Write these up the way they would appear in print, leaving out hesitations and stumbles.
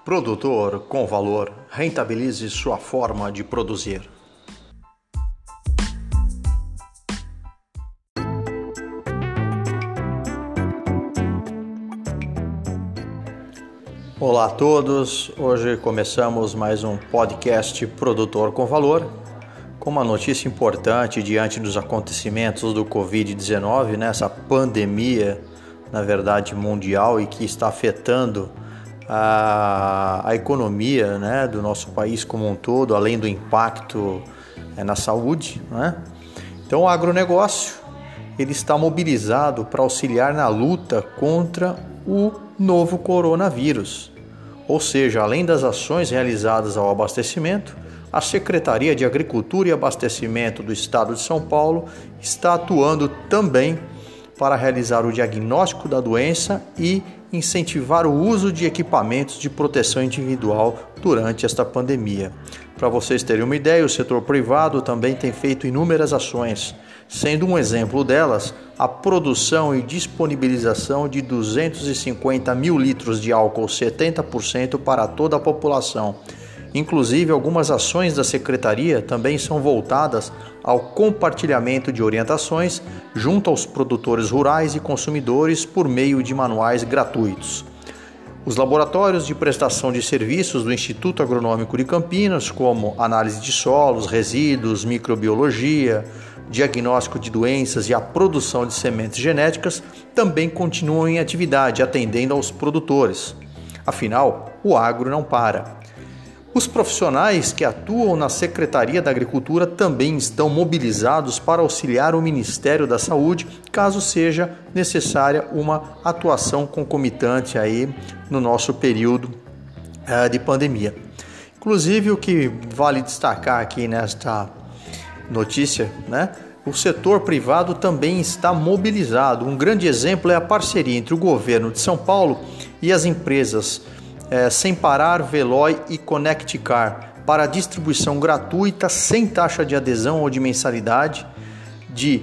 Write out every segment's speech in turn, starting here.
Produtor com valor, rentabilize sua forma de produzir. Olá a todos, hoje começamos mais um podcast Produtor com Valor, com uma notícia importante diante dos acontecimentos do Covid-19, essa pandemia, na verdade, mundial e que está afetando a economia, do nosso país como um todo, além do impacto na saúde. Então o agronegócio ele está mobilizado para auxiliar na luta contra o novo coronavírus. Ou seja, além das ações realizadas ao abastecimento, a Secretaria de Agricultura e Abastecimento do Estado de São Paulo está atuando também para realizar o diagnóstico da doença e incentivar o uso de equipamentos de proteção individual durante esta pandemia. Para vocês terem uma ideia, o setor privado também tem feito inúmeras ações, sendo um exemplo delas a produção e disponibilização de 250 mil litros de álcool 70% para toda a população. Inclusive, algumas ações da Secretaria também são voltadas ao compartilhamento de orientações junto aos produtores rurais e consumidores por meio de manuais gratuitos. Os laboratórios de prestação de serviços do Instituto Agronômico de Campinas, como análise de solos, resíduos, microbiologia, diagnóstico de doenças e a produção de sementes genéticas, também continuam em atividade, atendendo aos produtores. Afinal, o agro não para. Os profissionais que atuam na Secretaria da Agricultura também estão mobilizados para auxiliar o Ministério da Saúde, caso seja necessária uma atuação concomitante aí no nosso período de pandemia. Inclusive, o que vale destacar aqui nesta notícia, o setor privado também está mobilizado. Um grande exemplo é a parceria entre o governo de São Paulo e as empresas Sem Parar, Veloy e Conectcar para a distribuição gratuita, sem taxa de adesão ou de mensalidade, de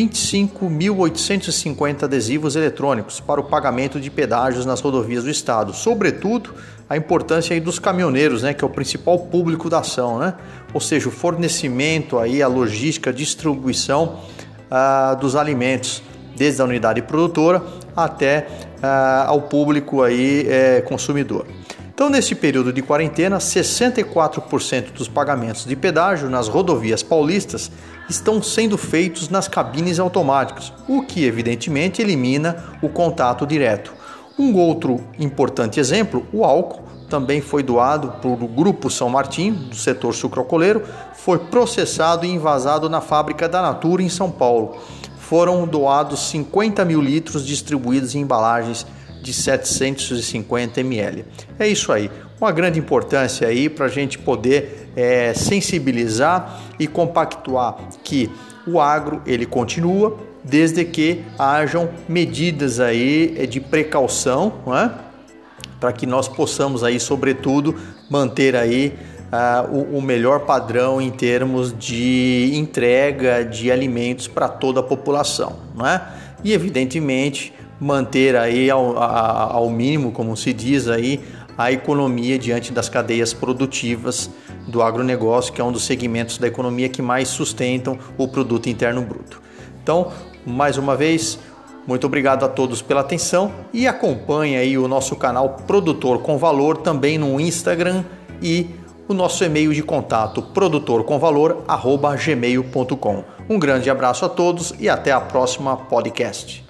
25.850 adesivos eletrônicos para o pagamento de pedágios nas rodovias do estado. Sobretudo, a importância aí dos caminhoneiros, que é o principal público da ação, Ou seja, o fornecimento, aí, a logística, a distribuição dos alimentos, desde a unidade produtora até ao público aí, consumidor. Então, nesse período de quarentena, 64% dos pagamentos de pedágio nas rodovias paulistas estão sendo feitos nas cabines automáticas, o que evidentemente elimina o contato direto. Um outro importante exemplo, o álcool, também foi doado por o Grupo São Martim, do setor sucroalcooleiro, foi processado e envasado na fábrica da Natura em São Paulo. Foram doados 50 mil litros distribuídos em embalagens de 750 ml. É isso aí, uma grande importância aí para a gente poder sensibilizar e compactuar que o agro ele continua, desde que hajam medidas aí de precaução, para que nós possamos aí, sobretudo, manter aí o melhor padrão em termos de entrega de alimentos para toda a população, E evidentemente manter aí ao mínimo, como se diz aí, a economia diante das cadeias produtivas do agronegócio, que é um dos segmentos da economia que mais sustentam o produto interno bruto. Então, mais uma vez, muito obrigado a todos pela atenção e acompanhe aí o nosso canal Produtor com Valor também no Instagram e o nosso e-mail de contato produtorcomvalor@gmail.com. Um grande abraço a todos e até a próxima podcast.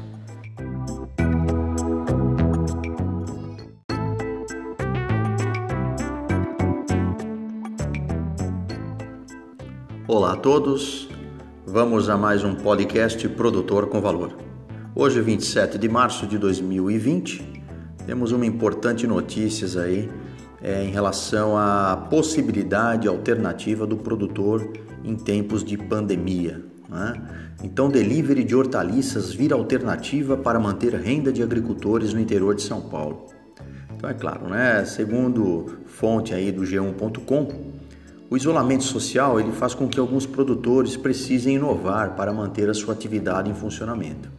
Olá a todos, vamos a mais um podcast Produtor com Valor. Hoje, 27 de março de 2020, temos uma importante notícia aí em relação à possibilidade alternativa do produtor em tempos de pandemia. Então, delivery de hortaliças vira alternativa para manter renda de agricultores no interior de São Paulo. Então, é claro, segundo fonte aí do G1.com, o isolamento social ele faz com que alguns produtores precisem inovar para manter a sua atividade em funcionamento.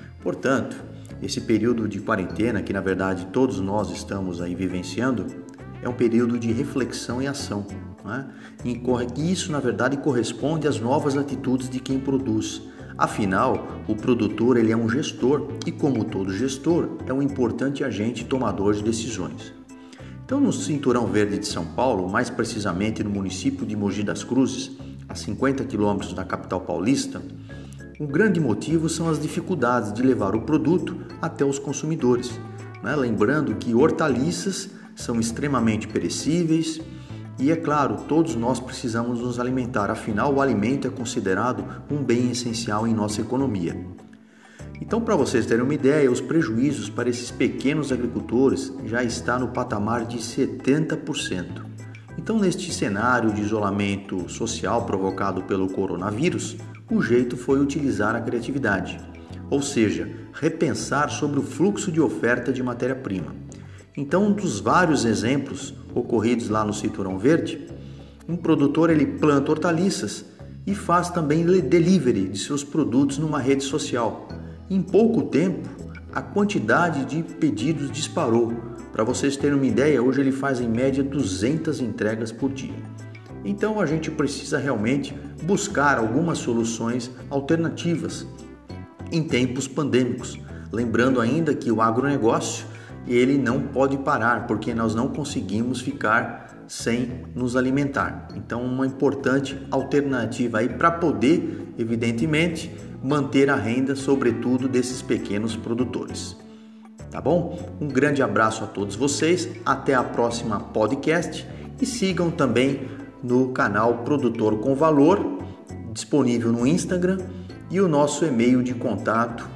Portanto, esse período de quarentena, que na verdade todos nós estamos aí vivenciando, é um período de reflexão e ação, né? E isso, na verdade, corresponde às novas atitudes de quem produz. Afinal, o produtor ele é um gestor e, como todo gestor, é um importante agente tomador de decisões. Então, no Cinturão Verde de São Paulo, mais precisamente no município de Mogi das Cruzes, a 50 quilômetros da capital paulista, um grande motivo são as dificuldades de levar o produto até os consumidores, né? Lembrando que hortaliças são extremamente perecíveis e, é claro, todos nós precisamos nos alimentar, afinal o alimento é considerado um bem essencial em nossa economia. Então, para vocês terem uma ideia, os prejuízos para esses pequenos agricultores já está no patamar de 70%. Então, neste cenário de isolamento social provocado pelo coronavírus, o jeito foi utilizar a criatividade, ou seja, repensar sobre o fluxo de oferta de matéria-prima. Então, um dos vários exemplos ocorridos lá no Cinturão Verde, um produtor ele planta hortaliças e faz também delivery de seus produtos numa rede social. Em pouco tempo, a quantidade de pedidos disparou. Para vocês terem uma ideia, hoje ele faz em média 200 entregas por dia. Então a gente precisa realmente buscar algumas soluções alternativas em tempos pandêmicos. Lembrando ainda que o agronegócio ele não pode parar, porque nós não conseguimos ficar sem nos alimentar. Então uma importante alternativa aí para poder, evidentemente, manter a renda, sobretudo desses pequenos produtores. Tá bom? Um grande abraço a todos vocês, até a próxima podcast e sigam também no canal Produtor com Valor, disponível no Instagram, e o nosso e-mail de contato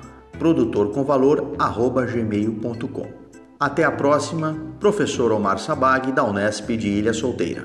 produtorcomvalor@gmail.com. Até a próxima, professor Omar Sabag, da Unesp de Ilha Solteira.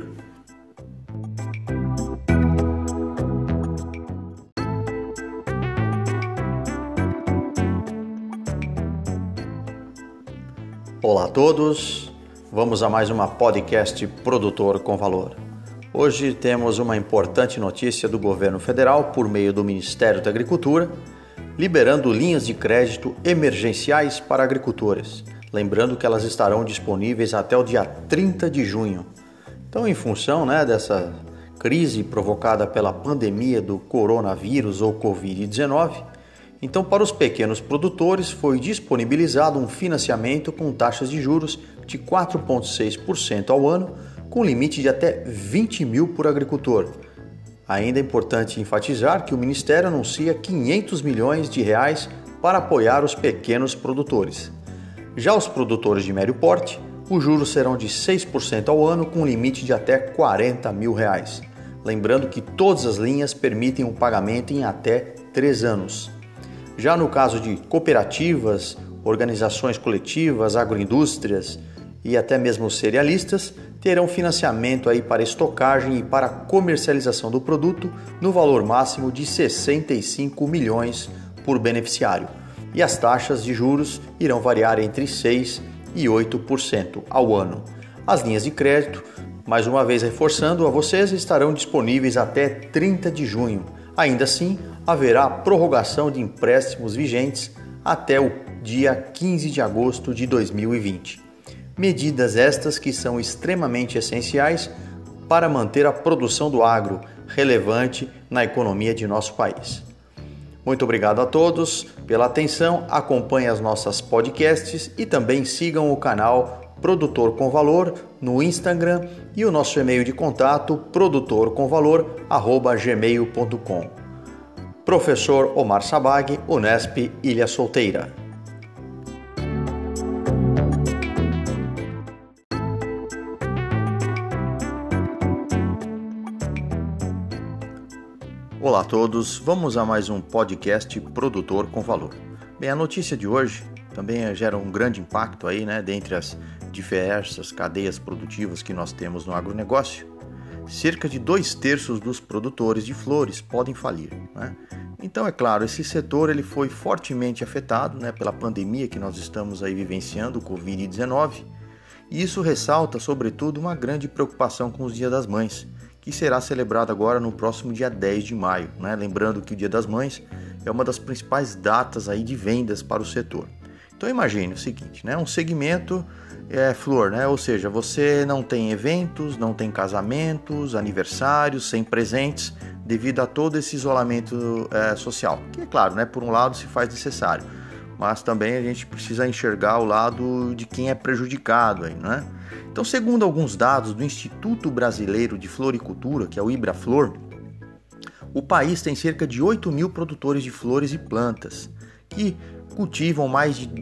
Olá a todos, vamos a mais uma podcast Produtor com Valor. Hoje temos uma importante notícia do governo federal por meio do Ministério da Agricultura, liberando linhas de crédito emergenciais para agricultores. Lembrando que elas estarão disponíveis até o dia 30 de junho. Então, em função dessa crise provocada pela pandemia do coronavírus ou Covid-19, então para os pequenos produtores foi disponibilizado um financiamento com taxas de juros de 4,6% ao ano, com limite de até 20 mil por agricultor. Ainda é importante enfatizar que o Ministério anuncia 500 milhões de reais para apoiar os pequenos produtores. Já os produtores de médio porte, os juros serão de 6% ao ano, com limite de até 40 mil reais. Lembrando que todas as linhas permitem o pagamento em até 3 anos. Já no caso de cooperativas, organizações coletivas, agroindústrias e até mesmo cerealistas, terão financiamento aí para estocagem e para comercialização do produto no valor máximo de 65 milhões por beneficiário. E as taxas de juros irão variar entre 6% e 8% ao ano. As linhas de crédito, mais uma vez reforçando a vocês, estarão disponíveis até 30 de junho. Ainda assim, haverá prorrogação de empréstimos vigentes até o dia 15 de agosto de 2020. Medidas estas que são extremamente essenciais para manter a produção do agro relevante na economia de nosso país. Muito obrigado a todos pela atenção, acompanhem as nossas podcasts e também sigam o canal Produtor com Valor no Instagram e o nosso e-mail de contato produtorcomvalor@gmail.com. Professor Omar Sabag, Unesp Ilha Solteira. Olá a todos, vamos a mais um podcast Produtor com Valor. Bem, a notícia de hoje também gera um grande impacto aí, dentre as diversas cadeias produtivas que nós temos no agronegócio. Cerca de 2/3 dos produtores de flores podem falir, Então, é claro, esse setor ele foi fortemente afetado, pela pandemia que nós estamos aí vivenciando, o Covid-19, e isso ressalta, sobretudo, uma grande preocupação com os Dia das Mães, que será celebrado agora no próximo dia 10 de maio. Lembrando que o Dia das Mães é uma das principais datas aí de vendas para o setor. Então imagine o seguinte, né? Um segmento é flor, né? Ou seja, você não tem eventos, não tem casamentos, aniversários, sem presentes, devido a todo esse isolamento social. Que é claro, né? Por um lado se faz necessário, mas também a gente precisa enxergar o lado de quem é prejudicado aí, né? Então, segundo alguns dados do Instituto Brasileiro de Floricultura, que é o IBRAFLOR, o país tem cerca de 8 mil produtores de flores e plantas, que cultivam mais de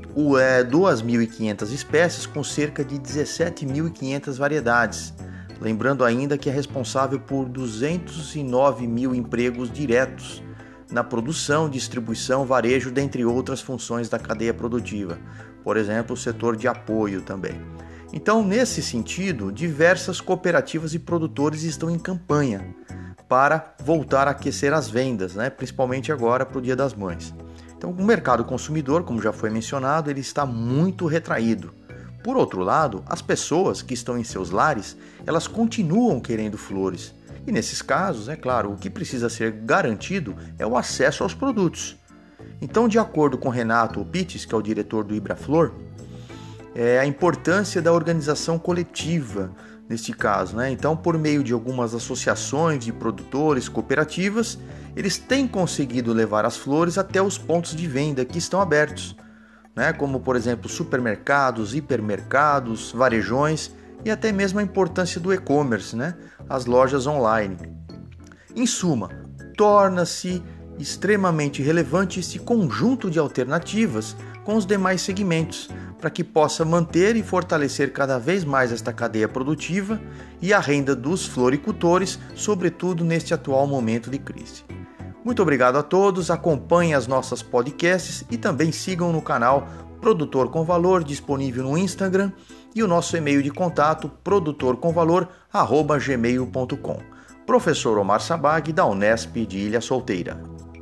2.500 espécies com cerca de 17.500 variedades. Lembrando ainda que é responsável por 209 mil empregos diretos na produção, distribuição, varejo, dentre outras funções da cadeia produtiva. Por exemplo, o setor de apoio também. Então, nesse sentido, diversas cooperativas e produtores estão em campanha para voltar a aquecer as vendas, né? Principalmente agora para o Dia das Mães. Então, o mercado consumidor, como já foi mencionado, ele está muito retraído. Por outro lado, as pessoas que estão em seus lares, elas continuam querendo flores. E nesses casos, é claro, o que precisa ser garantido é o acesso aos produtos. Então, de acordo com Renato Pittis, que é o diretor do IBRAFLOR, a importância da organização coletiva neste caso, né? Então, por meio de algumas associações de produtores, cooperativas, eles têm conseguido levar as flores até os pontos de venda que estão abertos, né? Como, por exemplo, supermercados, hipermercados, varejões e até mesmo a importância do e-commerce, né? As lojas online. Em suma, torna-se extremamente relevante esse conjunto de alternativas com os demais segmentos, para que possa manter e fortalecer cada vez mais esta cadeia produtiva e a renda dos floricultores, sobretudo neste atual momento de crise. Muito obrigado a todos, acompanhem as nossas podcasts e também sigam no canal Produtor com Valor, disponível no Instagram, e o nosso e-mail de contato produtorcomvalor@gmail.com. Professor Omar Sabag, da Unesp de Ilha Solteira.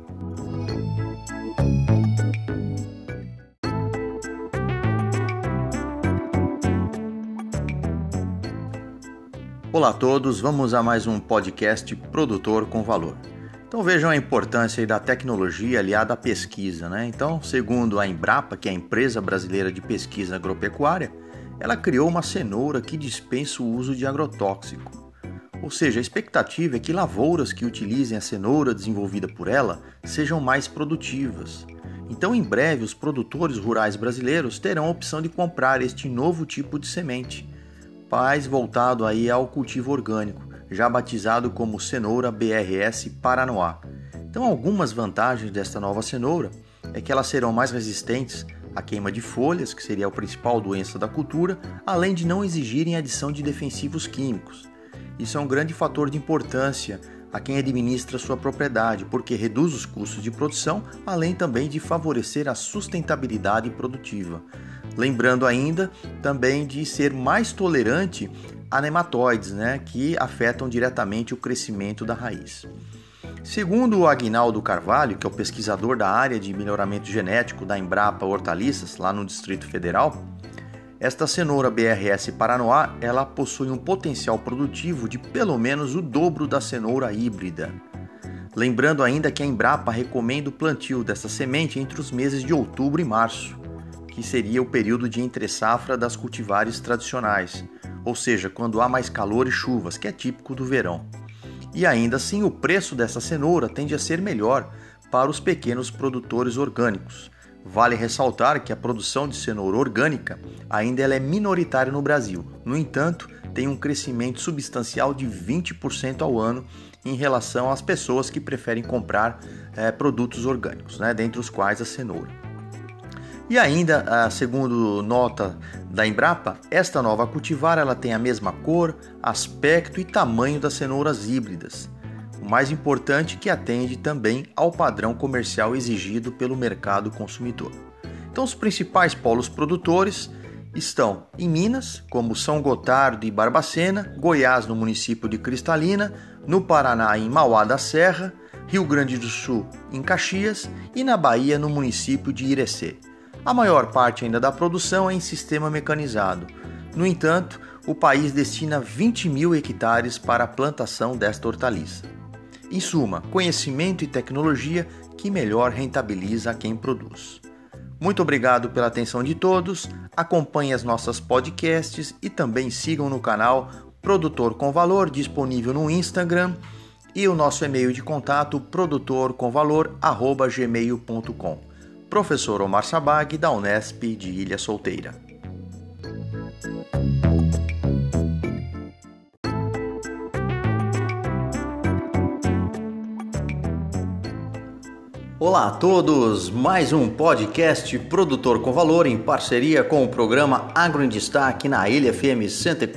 Olá a todos, vamos a mais um podcast Produtor com Valor. Então vejam a importância da tecnologia aliada à pesquisa, né? Então, segundo a Embrapa, que é a Empresa Brasileira de Pesquisa Agropecuária, ela criou uma cenoura que dispensa o uso de agrotóxico. Ou seja, a expectativa é que lavouras que utilizem a cenoura desenvolvida por ela sejam mais produtivas. Então, em breve, os produtores rurais brasileiros terão a opção de comprar este novo tipo de semente, mais voltado aí ao cultivo orgânico, já batizado como cenoura BRS Paranoá. Então, algumas vantagens desta nova cenoura é que elas serão mais resistentes à queima de folhas, que seria a principal doença da cultura, além de não exigirem adição de defensivos químicos. Isso é um grande fator de importância a quem administra sua propriedade, porque reduz os custos de produção, além também de favorecer a sustentabilidade produtiva. Lembrando ainda também de ser mais tolerante a nematóides, né, que afetam diretamente o crescimento da raiz. Segundo o Aguinaldo Carvalho, que é o pesquisador da área de melhoramento genético da Embrapa Hortaliças, lá no Distrito Federal, esta cenoura BRS Paranoá, ela possui um potencial produtivo de pelo menos o dobro da cenoura híbrida. Lembrando ainda que a Embrapa recomenda o plantio dessa semente entre os meses de outubro e março, que seria o período de entre-safra das cultivares tradicionais, ou seja, quando há mais calor e chuvas, que é típico do verão. E ainda assim, o preço dessa cenoura tende a ser melhor para os pequenos produtores orgânicos. Vale ressaltar que a produção de cenoura orgânica ainda ela é minoritária no Brasil. No entanto, tem um crescimento substancial de 20% ao ano em relação às pessoas que preferem comprar produtos orgânicos, né, dentre os quais a cenoura. E ainda, segundo nota da Embrapa, esta nova cultivar ela tem a mesma cor, aspecto e tamanho das cenouras híbridas. O mais importante, que atende também ao padrão comercial exigido pelo mercado consumidor. Então, os principais polos produtores estão em Minas, como São Gotardo e Barbacena, Goiás no município de Cristalina, no Paraná em Mauá da Serra, Rio Grande do Sul em Caxias e na Bahia no município de Irecê. A maior parte ainda da produção é em sistema mecanizado. No entanto, o país destina 20 mil hectares para a plantação desta hortaliça. Em suma, conhecimento e tecnologia que melhor rentabiliza a quem produz. Muito obrigado pela atenção de todos, acompanhem as nossas podcasts e também sigam no canal Produtor com Valor, disponível no Instagram, e o nosso e-mail de contato produtorcomvalor@gmail.com. Professor Omar Sabag, da Unesp de Ilha Solteira. Olá a todos, mais um podcast Produtor com Valor em parceria com o programa Agro em Destaque na Ilha FM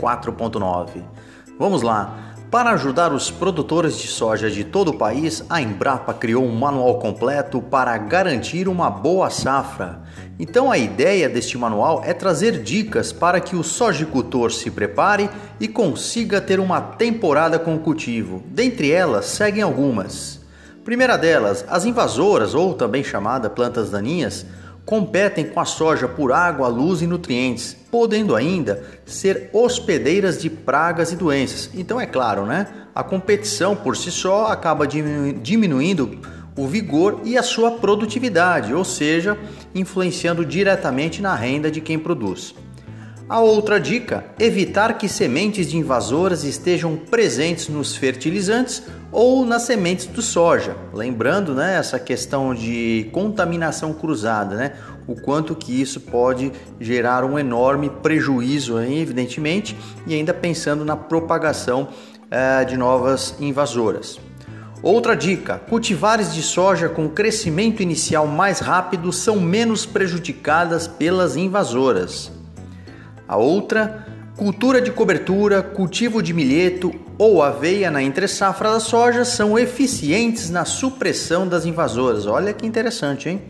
104.9. Vamos lá, para ajudar os produtores de soja de todo o país, a Embrapa criou um manual completo para garantir uma boa safra. Então a ideia deste manual é trazer dicas para que o sojicultor se prepare e consiga ter uma temporada com o cultivo. Dentre elas, seguem algumas. Primeira delas, as invasoras, ou também chamada plantas daninhas, competem com a soja por água, luz e nutrientes, podendo ainda ser hospedeiras de pragas e doenças. Então é claro, a competição por si só acaba diminuindo o vigor e a sua produtividade, ou seja, influenciando diretamente na renda de quem produz. A outra dica, evitar que sementes de invasoras estejam presentes nos fertilizantes ou nas sementes do soja. Lembrando, essa questão de contaminação cruzada, o quanto que isso pode gerar um enorme prejuízo, evidentemente, e ainda pensando na propagação de novas invasoras. Outra dica, cultivares de soja com crescimento inicial mais rápido são menos prejudicadas pelas invasoras. A outra, cultura de cobertura, cultivo de milheto ou aveia na entre-safra da soja são eficientes na supressão das invasoras. Olha que interessante, hein?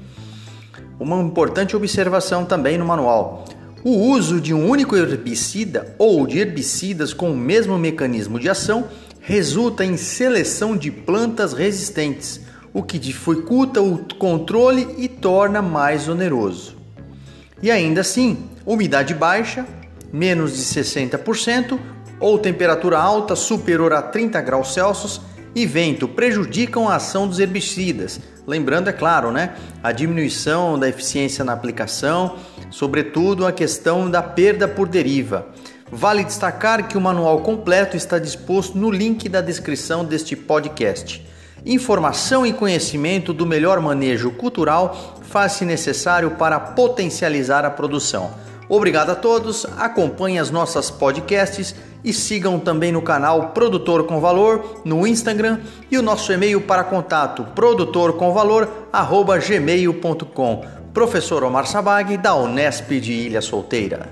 Uma importante observação também no manual. O uso de um único herbicida ou de herbicidas com o mesmo mecanismo de ação resulta em seleção de plantas resistentes, o que dificulta o controle e torna mais oneroso. E ainda assim, umidade baixa, menos de 60%, ou temperatura alta superior a 30 graus Celsius e vento prejudicam a ação dos herbicidas. Lembrando, é claro, a diminuição da eficiência na aplicação, sobretudo a questão da perda por deriva. Vale destacar que o manual completo está disposto no link da descrição deste podcast. Informação e conhecimento do melhor manejo cultural faz-se necessário para potencializar a produção. Obrigado a todos, acompanhem as nossas podcasts e sigam também no canal Produtor com Valor no Instagram e o nosso e-mail para contato produtorcomvalor@gmail.com. Professor Omar Sabag, da Unesp de Ilha Solteira.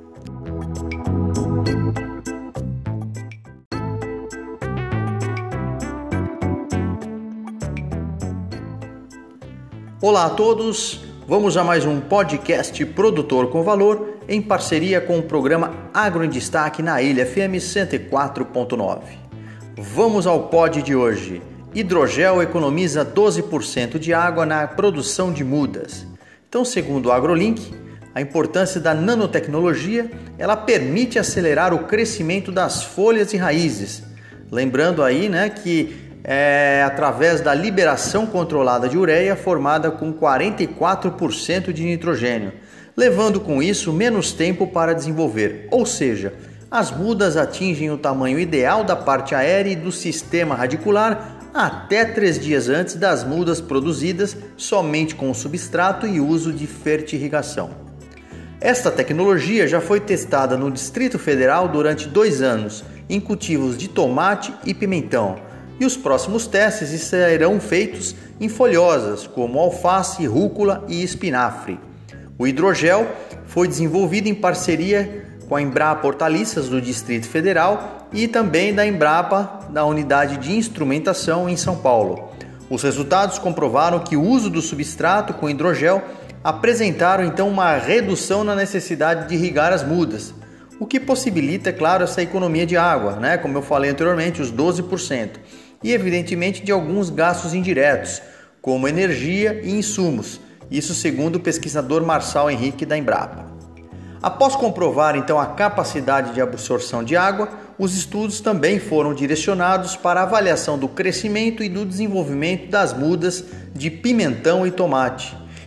Olá a todos, vamos a mais um podcast Produtor com Valor em parceria com o programa Agro em Destaque na Ilha FM 104.9. Vamos ao pod de hoje. Hidrogel economiza 12% de água na produção de mudas. Então, segundo o AgroLink, a importância da nanotecnologia, ela permite acelerar o crescimento das folhas e raízes. Lembrando aí, que através da liberação controlada de ureia formada com 44% de nitrogênio, levando com isso menos tempo para desenvolver, ou seja, as mudas atingem o tamanho ideal da parte aérea e do sistema radicular até 3 dias antes das mudas produzidas somente com substrato e uso de fertirrigação. Esta tecnologia já foi testada no Distrito Federal durante 2 anos em cultivos de tomate e pimentão, e os próximos testes serão feitos em folhosas, como alface, rúcula e espinafre. O hidrogel foi desenvolvido em parceria com a Embrapa Hortaliças do Distrito Federal e também da Embrapa, da Unidade de Instrumentação em São Paulo. Os resultados comprovaram que o uso do substrato com hidrogel apresentaram então uma redução na necessidade de irrigar as mudas, o que possibilita, é claro, essa economia de água, como eu falei anteriormente, os 12%. E evidentemente de alguns gastos indiretos, como energia e insumos, isso segundo o pesquisador Marçal Henrique da Embrapa. Após comprovar então a capacidade de absorção de água, os estudos também foram direcionados para a avaliação do crescimento e do desenvolvimento das mudas de pimentão e tomate,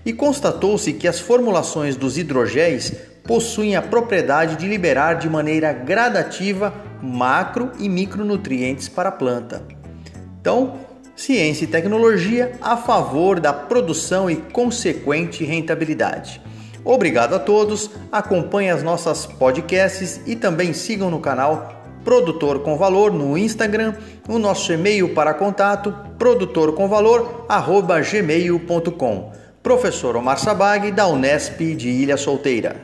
e constatou-se que as formulações dos hidrogéis possuem a propriedade de liberar de maneira gradativa macro e micronutrientes para a planta. Então, ciência e tecnologia a favor da produção e consequente rentabilidade. Obrigado a todos, acompanhem as nossas podcasts e também sigam no canal Produtor com Valor no Instagram, o nosso e-mail para contato produtorcomvalor@gmail.com. Professor Omar Sabag, da Unesp de Ilha Solteira.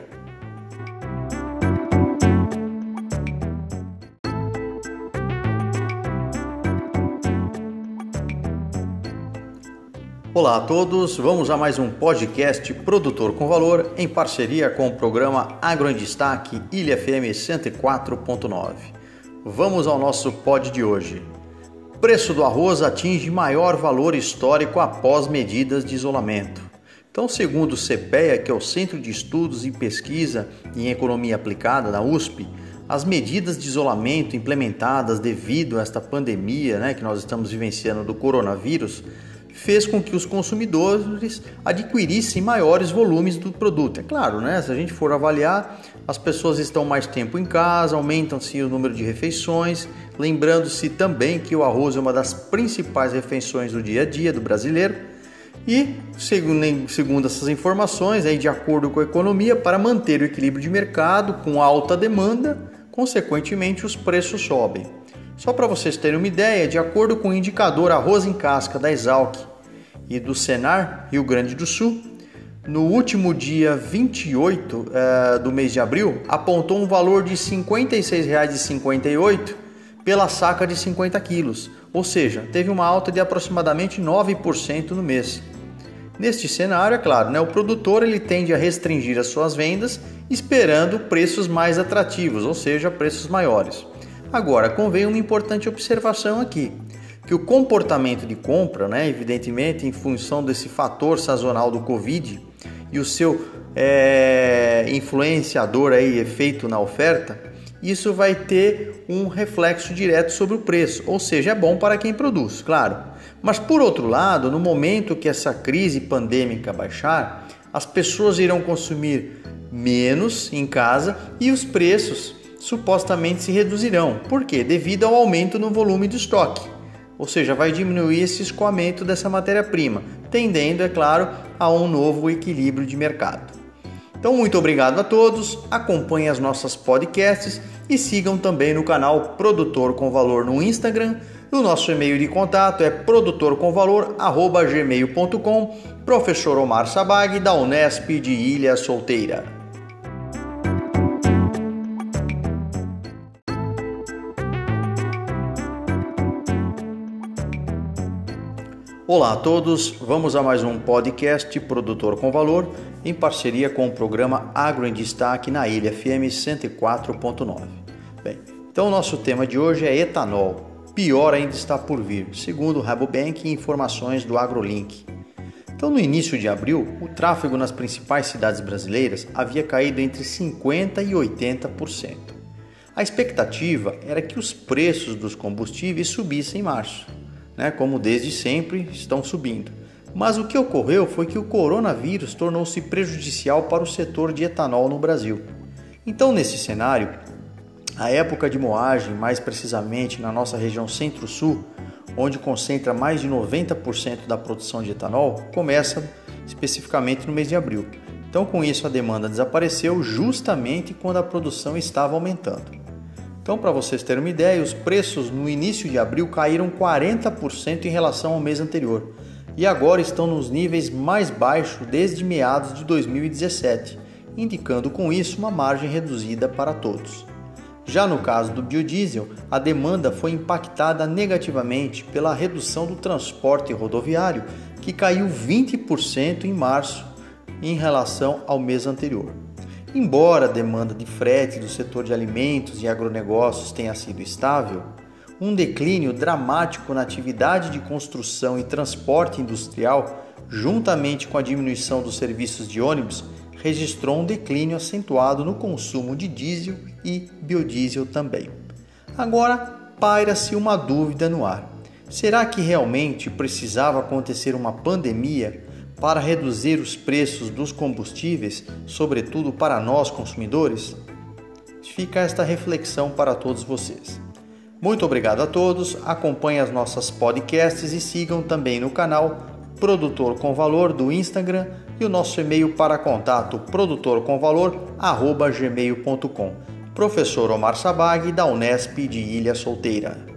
Olá a todos, vamos a mais um podcast Produtor com Valor em parceria com o programa Agro em Destaque Ilha FM 104.9. Vamos ao nosso pod de hoje. Preço do arroz atinge maior valor histórico após medidas de isolamento. Então, segundo o CPEA, que é o Centro de Estudos e Pesquisa em Economia Aplicada da USP, as medidas de isolamento implementadas devido a esta pandemia, que nós estamos vivenciando do coronavírus, fez com que os consumidores adquirissem maiores volumes do produto. É claro, se a gente for avaliar, as pessoas estão mais tempo em casa, aumentam-se o número de refeições, lembrando-se também que o arroz é uma das principais refeições do dia a dia do brasileiro e, segundo essas informações, de acordo com a economia, para manter o equilíbrio de mercado com alta demanda, consequentemente os preços sobem. Só para vocês terem uma ideia, de acordo com o indicador Arroz em Casca da Exalc e do Senar, Rio Grande do Sul, no último dia 28 do mês de abril, apontou um valor de R$ 56,58 pela saca de 50 quilos, ou seja, teve uma alta de aproximadamente 9% no mês. Neste cenário, é claro, o produtor ele tende a restringir as suas vendas, esperando preços mais atrativos, ou seja, preços maiores. Agora, convém uma importante observação aqui, que o comportamento de compra, evidentemente em função desse fator sazonal do Covid e o seu influenciador efeito na oferta, isso vai ter um reflexo direto sobre o preço, ou seja, é bom para quem produz, claro. Mas por outro lado, no momento que essa crise pandêmica baixar, as pessoas irão consumir menos em casa e os preços supostamente se reduzirão. Por quê? Devido ao aumento no volume do estoque. Ou seja, vai diminuir esse escoamento dessa matéria-prima, tendendo, é claro, a um novo equilíbrio de mercado. Então, muito obrigado a todos, acompanhem as nossas podcasts e sigam também no canal Produtor com Valor no Instagram. O nosso e-mail de contato é produtorcomvalor@gmail.com. Professor Omar Sabag, da Unesp de Ilha Solteira. Olá a todos, vamos a mais um podcast Produtor com Valor em parceria com o programa Agro em Destaque na Ilha FM 104.9. Bem, então o nosso tema de hoje é etanol, pior ainda está por vir, segundo o Rabobank e informações do AgroLink. Então no início de abril, o tráfego nas principais cidades brasileiras havia caído entre 50% e 80%. A expectativa era que os preços dos combustíveis subissem em março, como desde sempre estão subindo. Mas o que ocorreu foi que o coronavírus tornou-se prejudicial para o setor de etanol no Brasil. Então, nesse cenário, a época de moagem, mais precisamente na nossa região Centro-Sul, onde concentra mais de 90% da produção de etanol, começa especificamente no mês de abril. Então, com isso, a demanda desapareceu justamente quando a produção estava aumentando. Então, para vocês terem uma ideia, os preços no início de abril caíram 40% em relação ao mês anterior e agora estão nos níveis mais baixos desde meados de 2017, indicando com isso uma margem reduzida para todos. Já no caso do biodiesel, a demanda foi impactada negativamente pela redução do transporte rodoviário, que caiu 20% em março em relação ao mês anterior. Embora a demanda de frete do setor de alimentos e agronegócios tenha sido estável, um declínio dramático na atividade de construção e transporte industrial, juntamente com a diminuição dos serviços de ônibus, registrou um declínio acentuado no consumo de diesel e biodiesel também. Agora, paira-se uma dúvida no ar. Será que realmente precisava acontecer uma pandemia para reduzir os preços dos combustíveis, sobretudo para nós consumidores? Fica esta reflexão para todos vocês. Muito obrigado a todos, acompanhem as nossas podcasts e sigam também no canal Produtor com Valor do Instagram e o nosso e-mail para contato produtorcomvalor@gmail.com. Professor Omar Sabag, da Unesp de Ilha Solteira.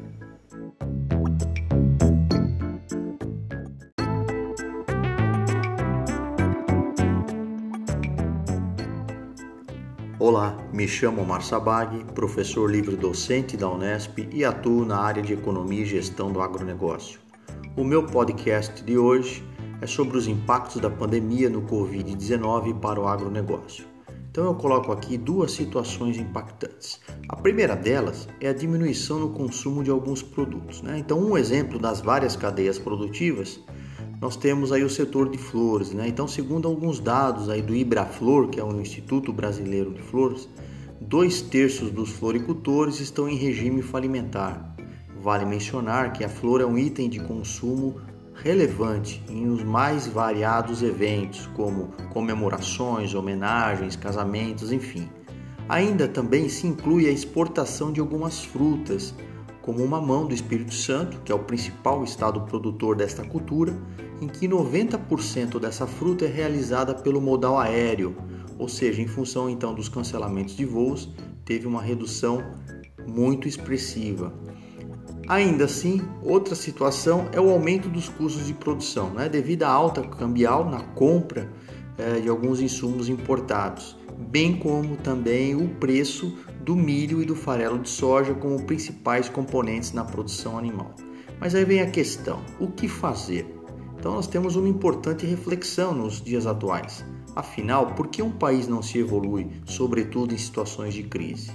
Olá, me chamo Omar Sabag, professor livre-docente da Unesp e atuo na área de Economia e Gestão do Agronegócio. O meu podcast de hoje é sobre os impactos da pandemia no Covid-19 para o agronegócio. Então eu coloco aqui duas situações impactantes. A primeira delas é a diminuição no consumo de alguns produtos, Então um exemplo das várias cadeias produtivas, nós temos aí o setor de flores, Então, segundo alguns dados aí do Ibraflor, que é o Instituto Brasileiro de Flores, 2/3 dos floricultores estão em regime falimentar. Vale mencionar que a flor é um item de consumo relevante em os mais variados eventos, como comemorações, homenagens, casamentos, enfim. Ainda também se inclui a exportação de algumas frutas, como o mamão do Espírito Santo, que é o principal estado produtor desta cultura, em que 90% dessa fruta é realizada pelo modal aéreo, ou seja, em função então dos cancelamentos de voos, teve uma redução muito expressiva. Ainda assim, outra situação é o aumento dos custos de produção, devido à alta cambial na compra de alguns insumos importados, bem como também o preço do milho e do farelo de soja como principais componentes na produção animal. Mas aí vem a questão, o que fazer? Então nós temos uma importante reflexão nos dias atuais. Afinal, por que um país não se evolui, sobretudo em situações de crise?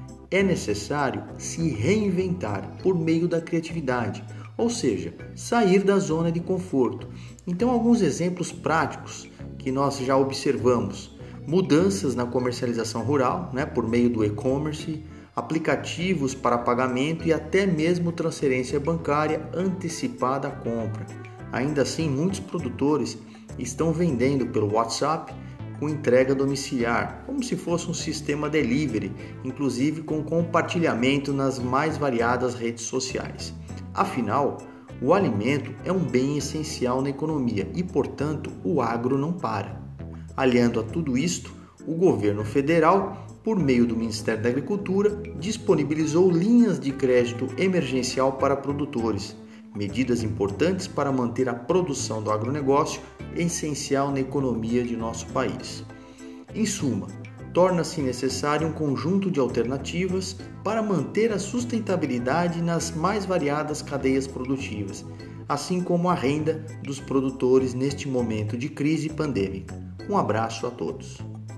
É necessário se reinventar por meio da criatividade, ou seja, sair da zona de conforto. Então, alguns exemplos práticos que nós já observamos: mudanças na comercialização rural, por meio do e-commerce, aplicativos para pagamento e até mesmo transferência bancária antecipada à compra. Ainda assim, muitos produtores estão vendendo pelo WhatsApp com entrega domiciliar, como se fosse um sistema delivery, inclusive com compartilhamento nas mais variadas redes sociais. Afinal, o alimento é um bem essencial na economia e, portanto, o agro não para. Aliando a tudo isto, o governo federal, por meio do Ministério da Agricultura, disponibilizou linhas de crédito emergencial para produtores, medidas importantes para manter a produção do agronegócio essencial na economia de nosso país. Em suma, torna-se necessário um conjunto de alternativas para manter a sustentabilidade nas mais variadas cadeias produtivas, assim como a renda dos produtores neste momento de crise pandêmica. Um abraço a todos.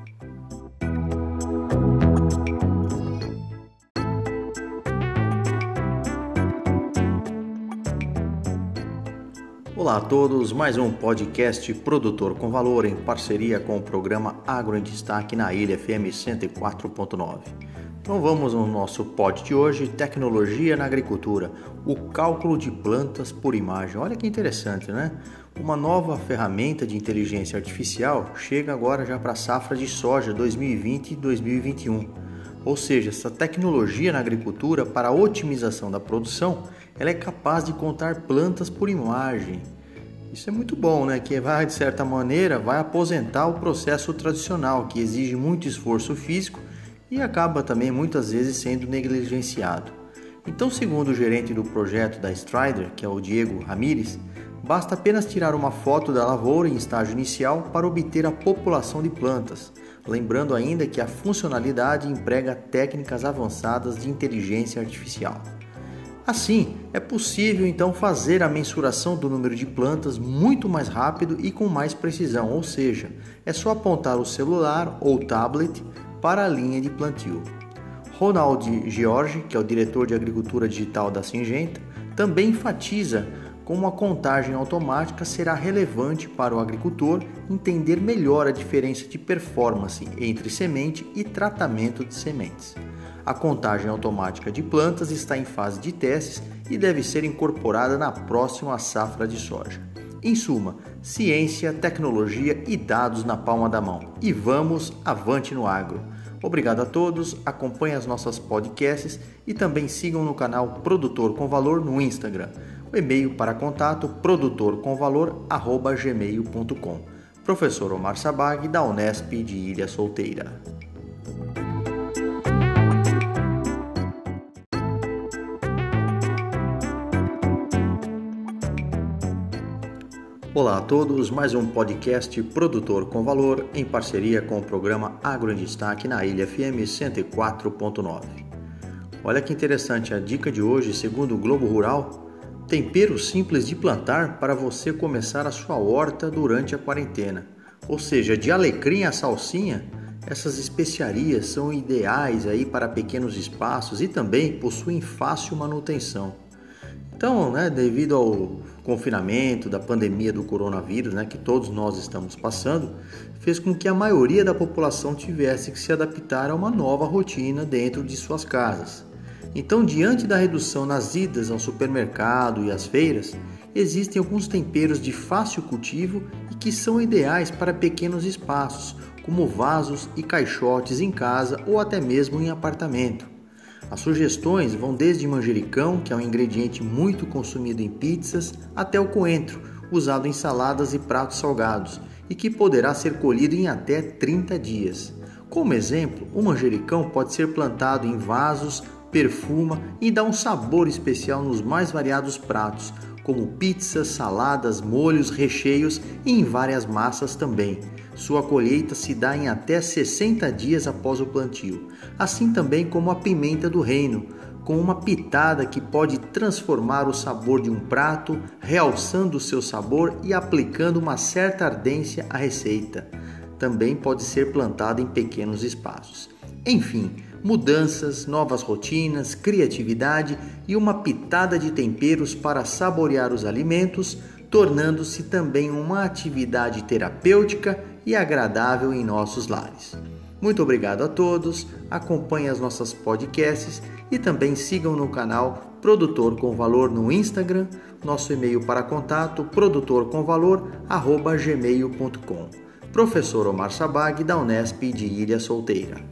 Olá a todos, mais um podcast Produtor com Valor em parceria com o programa Agro em Destaque na Ilha FM 104.9. Então vamos no nosso pod de hoje, Tecnologia na Agricultura, o cálculo de plantas por imagem. Olha que interessante, Uma nova ferramenta de inteligência artificial chega agora já para a safra de soja 2020 e 2021. Ou seja, essa tecnologia na agricultura para a otimização da produção, ela é capaz de contar plantas por imagem. Isso é muito bom, Que vai, de certa maneira, vai aposentar o processo tradicional, que exige muito esforço físico e acaba também muitas vezes sendo negligenciado. Então, segundo o gerente do projeto da Strider, que é o Diego Ramírez, basta apenas tirar uma foto da lavoura em estágio inicial para obter a população de plantas, lembrando ainda que a funcionalidade emprega técnicas avançadas de inteligência artificial. Assim, é possível então fazer a mensuração do número de plantas muito mais rápido e com mais precisão, ou seja, é só apontar o celular ou tablet para a linha de plantio. Ronald George, que é o diretor de agricultura digital da Syngenta, também enfatiza como a contagem automática será relevante para o agricultor entender melhor a diferença de performance entre semente e tratamento de sementes. A contagem automática de plantas está em fase de testes e deve ser incorporada na próxima safra de soja. Em suma, ciência, tecnologia e dados na palma da mão. E vamos avante no agro. Obrigado a todos, acompanhem as nossas podcasts e também sigam no canal Produtor com Valor no Instagram. O e-mail para contato produtorcomvalor@gmail.com. Professor Omar Sabag, da Unesp de Ilha Solteira. Olá a todos, mais um podcast Produtor com Valor em parceria com o programa Agro em Destaque na Ilha FM 104.9. Olha que interessante a dica de hoje, segundo o Globo Rural, temperos simples de plantar para você começar a sua horta durante a quarentena. Ou seja, de alecrim a salsinha, essas especiarias são ideais aí para pequenos espaços e também possuem fácil manutenção. Então, devido ao confinamento da pandemia do coronavírus, que todos nós estamos passando, fez com que a maioria da população tivesse que se adaptar a uma nova rotina dentro de suas casas. Então, diante da redução nas idas ao supermercado e às feiras, existem alguns temperos de fácil cultivo e que são ideais para pequenos espaços, como vasos e caixotes em casa ou até mesmo em apartamento. As sugestões vão desde manjericão, que é um ingrediente muito consumido em pizzas, até o coentro, usado em saladas e pratos salgados, e que poderá ser colhido em até 30 dias. Como exemplo, o manjericão pode ser plantado em vasos, perfuma e dá um sabor especial nos mais variados pratos, como pizzas, saladas, molhos, recheios e em várias massas também. Sua colheita se dá em até 60 dias após o plantio, assim também como a pimenta do reino, com uma pitada que pode transformar o sabor de um prato, realçando o seu sabor e aplicando uma certa ardência à receita. Também pode ser plantada em pequenos espaços. Enfim, mudanças, novas rotinas, criatividade e uma pitada de temperos para saborear os alimentos, tornando-se também uma atividade terapêutica e agradável em nossos lares. Muito obrigado a todos, acompanhem as nossas podcasts e também sigam no canal Produtor com Valor no Instagram, nosso e-mail para contato produtorcomvalor@gmail.com. Professor Omar Sabag, da Unesp de Ilha Solteira.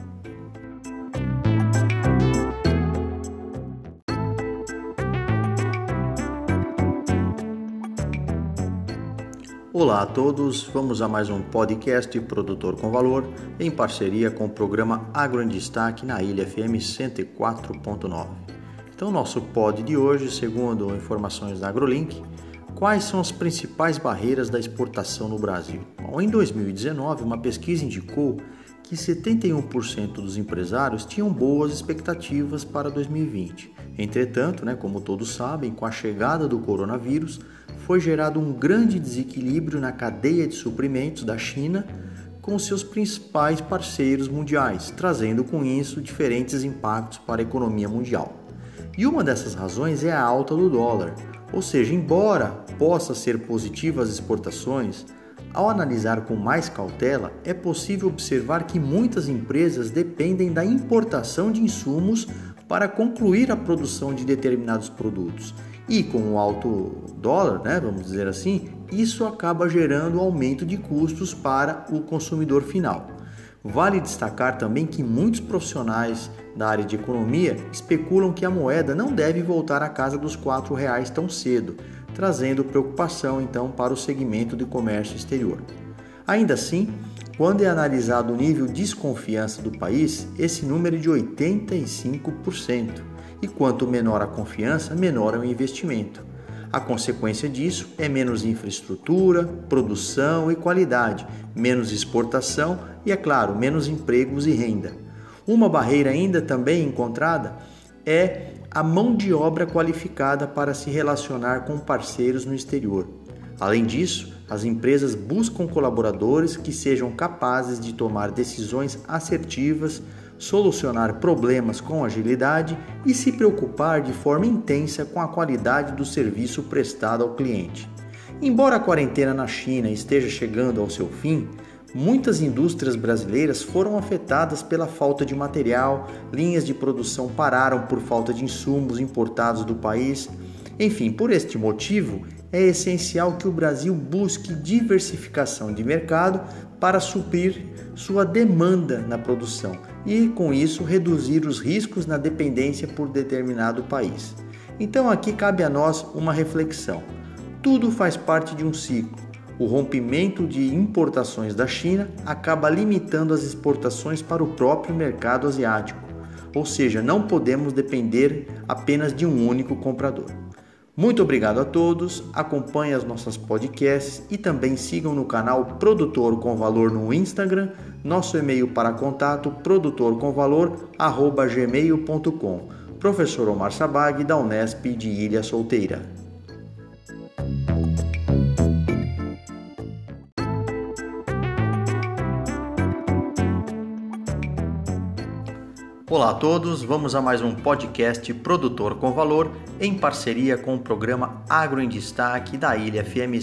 Olá a todos, vamos a mais um podcast Produtor com Valor em parceria com o programa Agro em Destaque na Ilha FM 104.9. Então, nosso pod de hoje, segundo informações da AgroLink, quais são as principais barreiras da exportação no Brasil? Bom, em 2019, uma pesquisa indicou que 71% dos empresários tinham boas expectativas para 2020. Entretanto, como todos sabem, com a chegada do coronavírus, foi gerado um grande desequilíbrio na cadeia de suprimentos da China com seus principais parceiros mundiais, trazendo com isso diferentes impactos para a economia mundial. E uma dessas razões é a alta do dólar, ou seja, embora possa ser positiva as exportações, ao analisar com mais cautela, é possível observar que muitas empresas dependem da importação de insumos para concluir a produção de determinados produtos. E com o alto dólar, vamos dizer assim, isso acaba gerando aumento de custos para o consumidor final. Vale destacar também que muitos profissionais da área de economia especulam que a moeda não deve voltar à casa dos R$4 tão cedo, trazendo preocupação então para o segmento de comércio exterior. Ainda assim, quando é analisado o nível de desconfiança do país, esse número é de 85%. E quanto menor a confiança, menor é o investimento. A consequência disso é menos infraestrutura, produção e qualidade, menos exportação e, é claro, menos empregos e renda. Uma barreira ainda também encontrada é a mão de obra qualificada para se relacionar com parceiros no exterior. Além disso, as empresas buscam colaboradores que sejam capazes de tomar decisões assertivas, solucionar problemas com agilidade e se preocupar de forma intensa com a qualidade do serviço prestado ao cliente. Embora a quarentena na China esteja chegando ao seu fim, muitas indústrias brasileiras foram afetadas pela falta de material, linhas de produção pararam por falta de insumos importados do país. Enfim, por este motivo, é essencial que o Brasil busque diversificação de mercado para suprir sua demanda na produção e, com isso, reduzir os riscos na dependência por determinado país. Então, aqui cabe a nós uma reflexão. Tudo faz parte de um ciclo. O rompimento de importações da China acaba limitando as exportações para o próprio mercado asiático, ou seja, não podemos depender apenas de um único comprador. Muito obrigado a todos, acompanhem as nossas podcasts e também sigam no canal Produtor com Valor no Instagram, nosso e-mail para contato produtorcomvalor@gmail.com. Professor Omar Sabag, da Unesp de Ilha Solteira. Olá a todos, vamos a mais um podcast Produtor com Valor em parceria com o programa Agro em Destaque da Ilha FM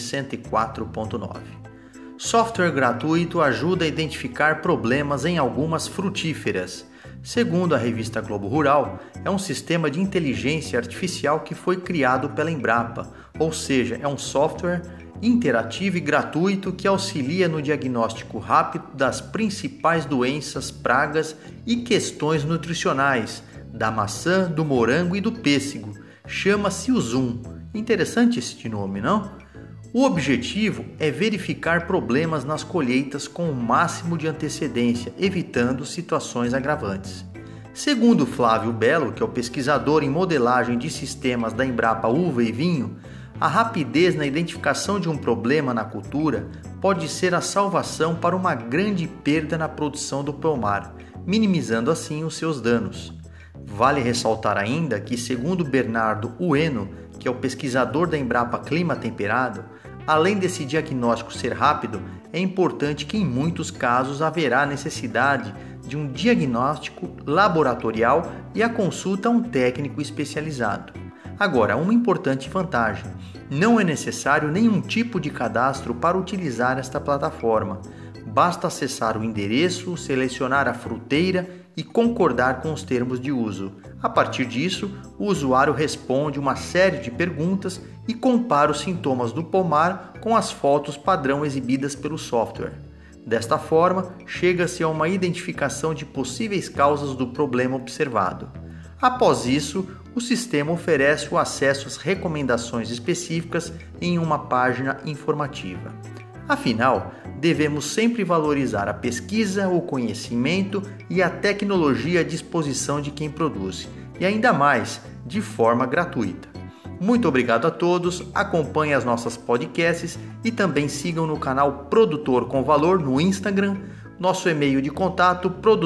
104.9. Software gratuito ajuda a identificar problemas em algumas frutíferas. Segundo a revista Globo Rural, é um sistema de inteligência artificial que foi criado pela Embrapa, ou seja, é um software interativo e gratuito que auxilia no diagnóstico rápido das principais doenças, pragas e questões nutricionais da maçã, do morango e do pêssego. Chama-se o Zoom. Interessante esse nome, não? O objetivo é verificar problemas nas colheitas com o máximo de antecedência, evitando situações agravantes. Segundo Flávio Belo, que é o pesquisador em modelagem de sistemas da Embrapa Uva e Vinho, a rapidez na identificação de um problema na cultura pode ser a salvação para uma grande perda na produção do pomar, minimizando assim os seus danos. Vale ressaltar ainda que, segundo Bernardo Ueno, que é o pesquisador da Embrapa Clima Temperado, além desse diagnóstico ser rápido, é importante que em muitos casos haverá necessidade de um diagnóstico laboratorial e a consulta a um técnico especializado. Agora, uma importante vantagem: não é necessário nenhum tipo de cadastro para utilizar esta plataforma. Basta acessar o endereço, selecionar a fruteira e concordar com os termos de uso. A partir disso, o usuário responde uma série de perguntas e compara os sintomas do pomar com as fotos padrão exibidas pelo software. Desta forma, chega-se a uma identificação de possíveis causas do problema observado. Após isso, o sistema oferece o acesso às recomendações específicas em uma página informativa. Afinal, devemos sempre valorizar a pesquisa, o conhecimento e a tecnologia à disposição de quem produz, e ainda mais, de forma gratuita. Muito obrigado a todos, acompanhem as nossas podcasts e também sigam no canal Produtor com Valor no Instagram, nosso e-mail de contato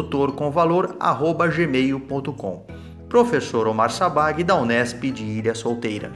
produtorcomvalor@gmail.com. Professor Omar Sabag, da Unesp de Ilha Solteira.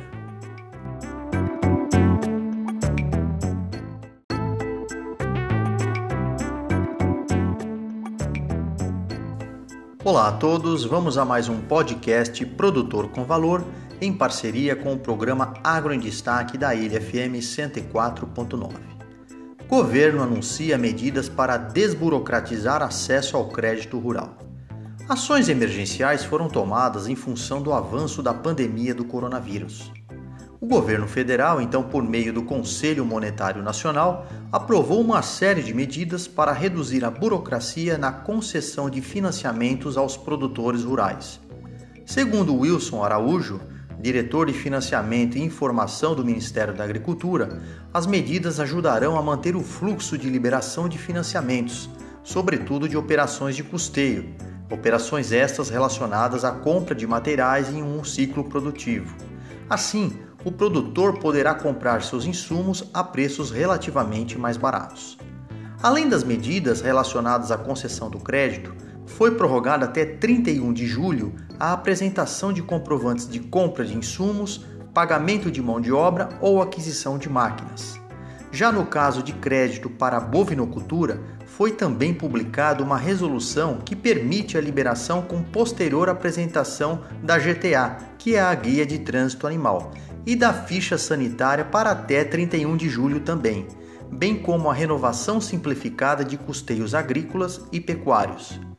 Olá a todos, vamos a mais um podcast Produtor com Valor em parceria com o programa Agro em Destaque da Ilha FM 104.9. Governo anuncia medidas para desburocratizar acesso ao crédito rural. Ações emergenciais foram tomadas em função do avanço da pandemia do coronavírus. O governo federal, então, por meio do Conselho Monetário Nacional, aprovou uma série de medidas para reduzir a burocracia na concessão de financiamentos aos produtores rurais. Segundo Wilson Araújo, diretor de Financiamento e Informação do Ministério da Agricultura, as medidas ajudarão a manter o fluxo de liberação de financiamentos, sobretudo de operações de custeio, operações estas relacionadas à compra de materiais em um ciclo produtivo. Assim, o produtor poderá comprar seus insumos a preços relativamente mais baratos. Além das medidas relacionadas à concessão do crédito, foi prorrogada até 31 de julho a apresentação de comprovantes de compra de insumos, pagamento de mão de obra ou aquisição de máquinas. Já no caso de crédito para a bovinocultura, foi também publicada uma resolução que permite a liberação com posterior apresentação da GTA, que é a Guia de Trânsito Animal, e da ficha sanitária para até 31 de julho também, bem como a renovação simplificada de custeios agrícolas e pecuários.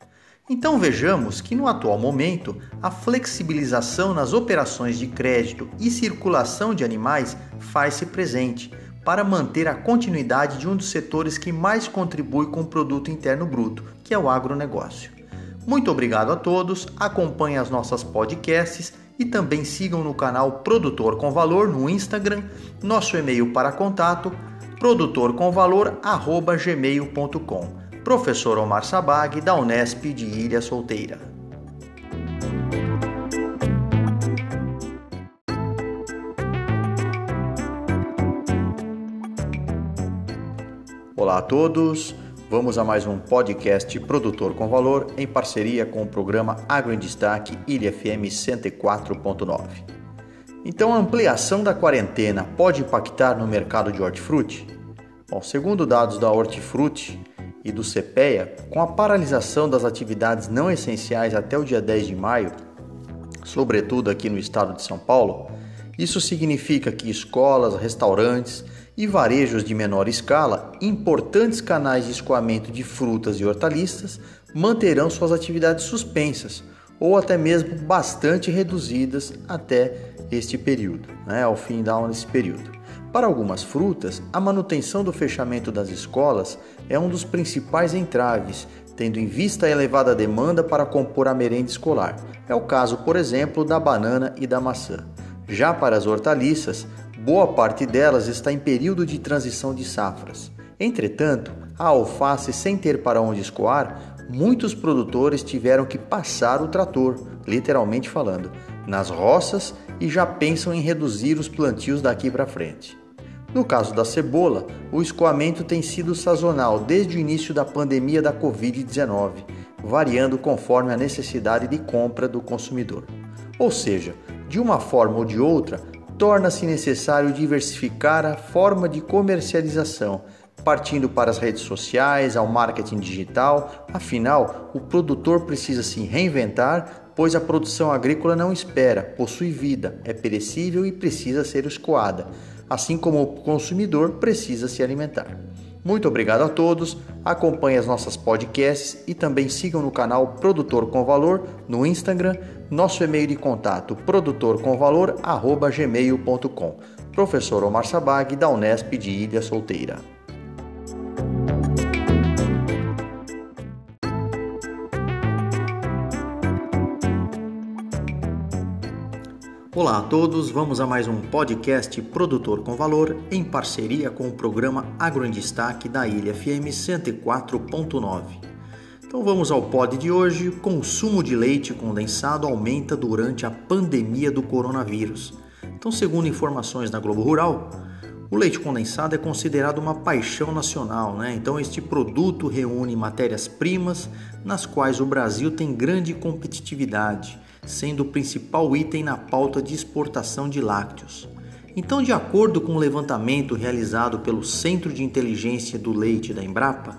Então vejamos que no atual momento, a flexibilização nas operações de crédito e circulação de animais faz-se presente para manter a continuidade de um dos setores que mais contribui com o Produto Interno Bruto, que é o agronegócio. Muito obrigado a todos, acompanhem as nossas podcasts e também sigam no canal Produtor com Valor no Instagram, nosso e-mail para contato produtorcomvalor@gmail.com. Professor Omar Sabag, da Unesp de Ilha Solteira. Olá a todos, vamos a mais um podcast Produtor com Valor em parceria com o programa Agro em Destaque Ilha FM 104.9. Então a ampliação da quarentena pode impactar no mercado de hortifruti? Bom, segundo dados da Hortifruti e do CPEA, com a paralisação das atividades não essenciais até o dia 10 de maio, sobretudo aqui no estado de São Paulo, isso significa que escolas, restaurantes e varejos de menor escala, importantes canais de escoamento de frutas e hortaliças, manterão suas atividades suspensas ou até mesmo bastante reduzidas até este período, ao fim desse período. Para algumas frutas, a manutenção do fechamento das escolas é um dos principais entraves, tendo em vista a elevada demanda para compor a merenda escolar. É o caso, por exemplo, da banana e da maçã. Já para as hortaliças, boa parte delas está em período de transição de safras. Entretanto, a alface sem ter para onde escoar, muitos produtores tiveram que passar o trator, literalmente falando, nas roças e já pensam em reduzir os plantios daqui para frente. No caso da cebola, o escoamento tem sido sazonal desde o início da pandemia da Covid-19, variando conforme a necessidade de compra do consumidor. Ou seja, de uma forma ou de outra, torna-se necessário diversificar a forma de comercialização, partindo para as redes sociais, ao marketing digital. Afinal, o produtor precisa se reinventar, pois a produção agrícola não espera, possui vida, é perecível e precisa ser escoada, assim como o consumidor precisa se alimentar. Muito obrigado a todos, acompanhem as nossas podcasts e também sigam no canal Produtor com Valor no Instagram, nosso e-mail de contato produtorcomvalor@gmail.com. Professor Omar Sabag, da Unesp de Ilha Solteira. Olá a todos, vamos a mais um podcast Produtor com Valor em parceria com o programa Agro em Destaque da Ilha FM 104.9. Então vamos ao pod de hoje. Consumo de leite condensado aumenta durante a pandemia do coronavírus. Então, segundo informações da Globo Rural, o leite condensado é considerado uma paixão nacional, Então este produto reúne matérias-primas nas quais o Brasil tem grande competitividade, sendo o principal item na pauta de exportação de lácteos. Então, de acordo com o levantamento realizado pelo Centro de Inteligência do Leite da Embrapa,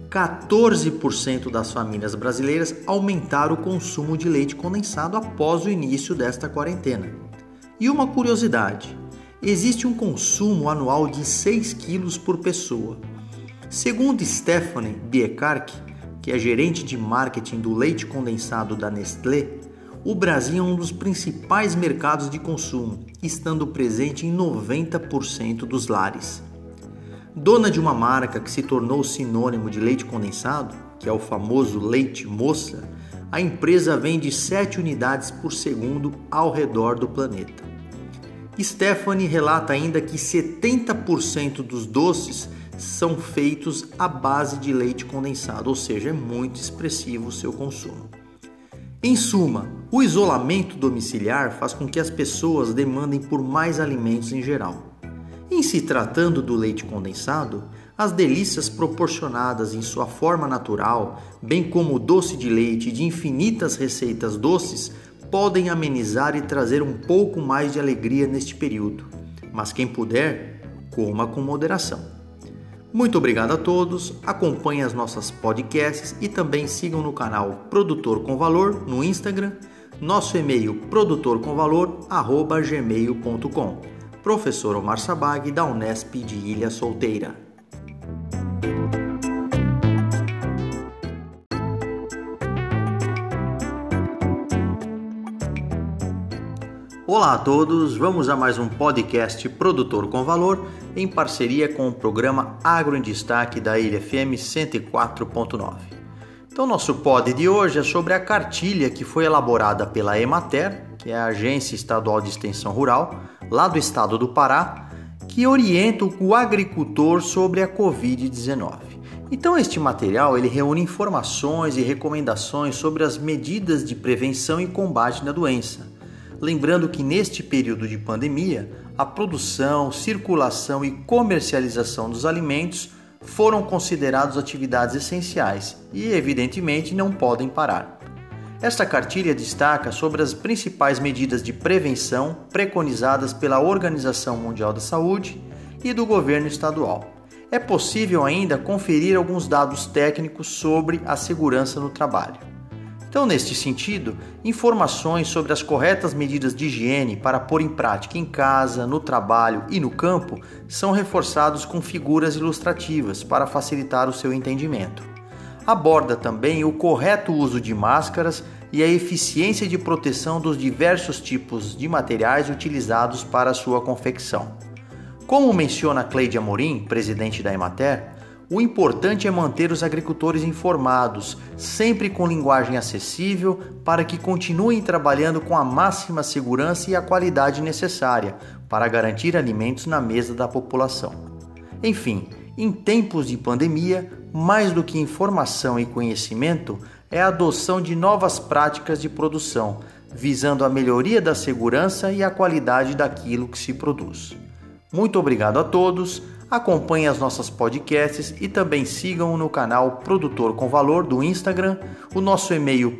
14% das famílias brasileiras aumentaram o consumo de leite condensado após o início desta quarentena. E uma curiosidade, existe um consumo anual de 6 quilos por pessoa. Segundo Stephanie Biekark, que é gerente de marketing do leite condensado da Nestlé, o Brasil é um dos principais mercados de consumo, estando presente em 90% dos lares. Dona de uma marca que se tornou sinônimo de leite condensado, que é o famoso leite moça, a empresa vende 7 unidades por segundo ao redor do planeta. Stephanie relata ainda que 70% dos doces são feitos à base de leite condensado, ou seja, é muito expressivo o seu consumo. Em suma, o isolamento domiciliar faz com que as pessoas demandem por mais alimentos em geral. Em se tratando do leite condensado, as delícias proporcionadas em sua forma natural, bem como o doce de leite e de infinitas receitas doces, podem amenizar e trazer um pouco mais de alegria neste período. Mas quem puder, coma com moderação. Muito obrigado a todos, acompanhem as nossas podcasts e também sigam no canal Produtor com Valor no Instagram, nosso e-mail produtorcomvalor@gmail.com. Professor Omar Sabag, da Unesp de Ilha Solteira. Olá a todos, vamos a mais um podcast Produtor com Valor em parceria com o programa Agro em Destaque da Ilha FM 104.9. Então nosso pod de hoje é sobre a cartilha que foi elaborada pela Emater, que é a Agência Estadual de Extensão Rural, lá do estado do Pará, que orienta o agricultor sobre a Covid-19. Então este material ele reúne informações e recomendações sobre as medidas de prevenção e combate da doença. Lembrando que neste período de pandemia, a produção, circulação e comercialização dos alimentos foram considerados atividades essenciais e, evidentemente, não podem parar. Esta cartilha destaca sobre as principais medidas de prevenção preconizadas pela Organização Mundial da Saúde e do governo estadual. É possível ainda conferir alguns dados técnicos sobre a segurança no trabalho. Então, neste sentido, informações sobre as corretas medidas de higiene para pôr em prática em casa, no trabalho e no campo são reforçados com figuras ilustrativas para facilitar o seu entendimento. Aborda também o correto uso de máscaras e a eficiência de proteção dos diversos tipos de materiais utilizados para a sua confecção. Como menciona Cleide Amorim, presidente da Emater, o importante é manter os agricultores informados, sempre com linguagem acessível, para que continuem trabalhando com a máxima segurança e a qualidade necessária para garantir alimentos na mesa da população. Enfim, em tempos de pandemia, mais do que informação e conhecimento, é a adoção de novas práticas de produção, visando a melhoria da segurança e a qualidade daquilo que se produz. Muito obrigado a todos, acompanhem as nossas podcasts e também sigam no canal Produtor com Valor do Instagram, o nosso e-mail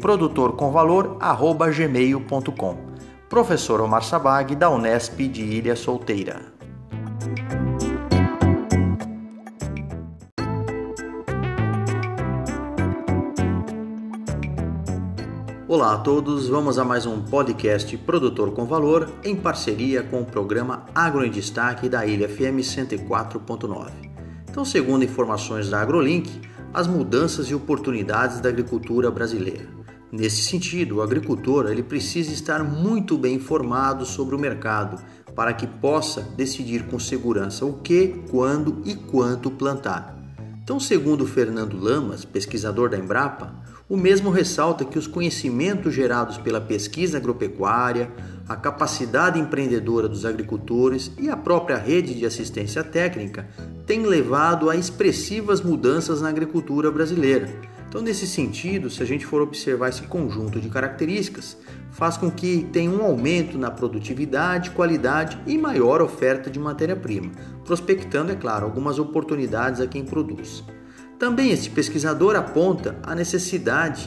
produtorcomvalor@gmail.com. Professor Omar Sabag, da Unesp de Ilha Solteira. Olá a todos, vamos a mais um podcast Produtor com Valor em parceria com o programa Agro em Destaque da Ilha FM 104.9. Então, segundo informações da AgroLink, as mudanças e oportunidades da agricultura brasileira. Nesse sentido, o agricultor ele precisa estar muito bem informado sobre o mercado para que possa decidir com segurança o que, quando e quanto plantar. Então, segundo Fernando Lamas, pesquisador da Embrapa, o mesmo ressalta que os conhecimentos gerados pela pesquisa agropecuária, a capacidade empreendedora dos agricultores e a própria rede de assistência técnica têm levado a expressivas mudanças na agricultura brasileira. Então, nesse sentido, se a gente for observar esse conjunto de características, faz com que tenha um aumento na produtividade, qualidade e maior oferta de matéria-prima, prospectando, é claro, algumas oportunidades a quem produz. Também este pesquisador aponta a necessidade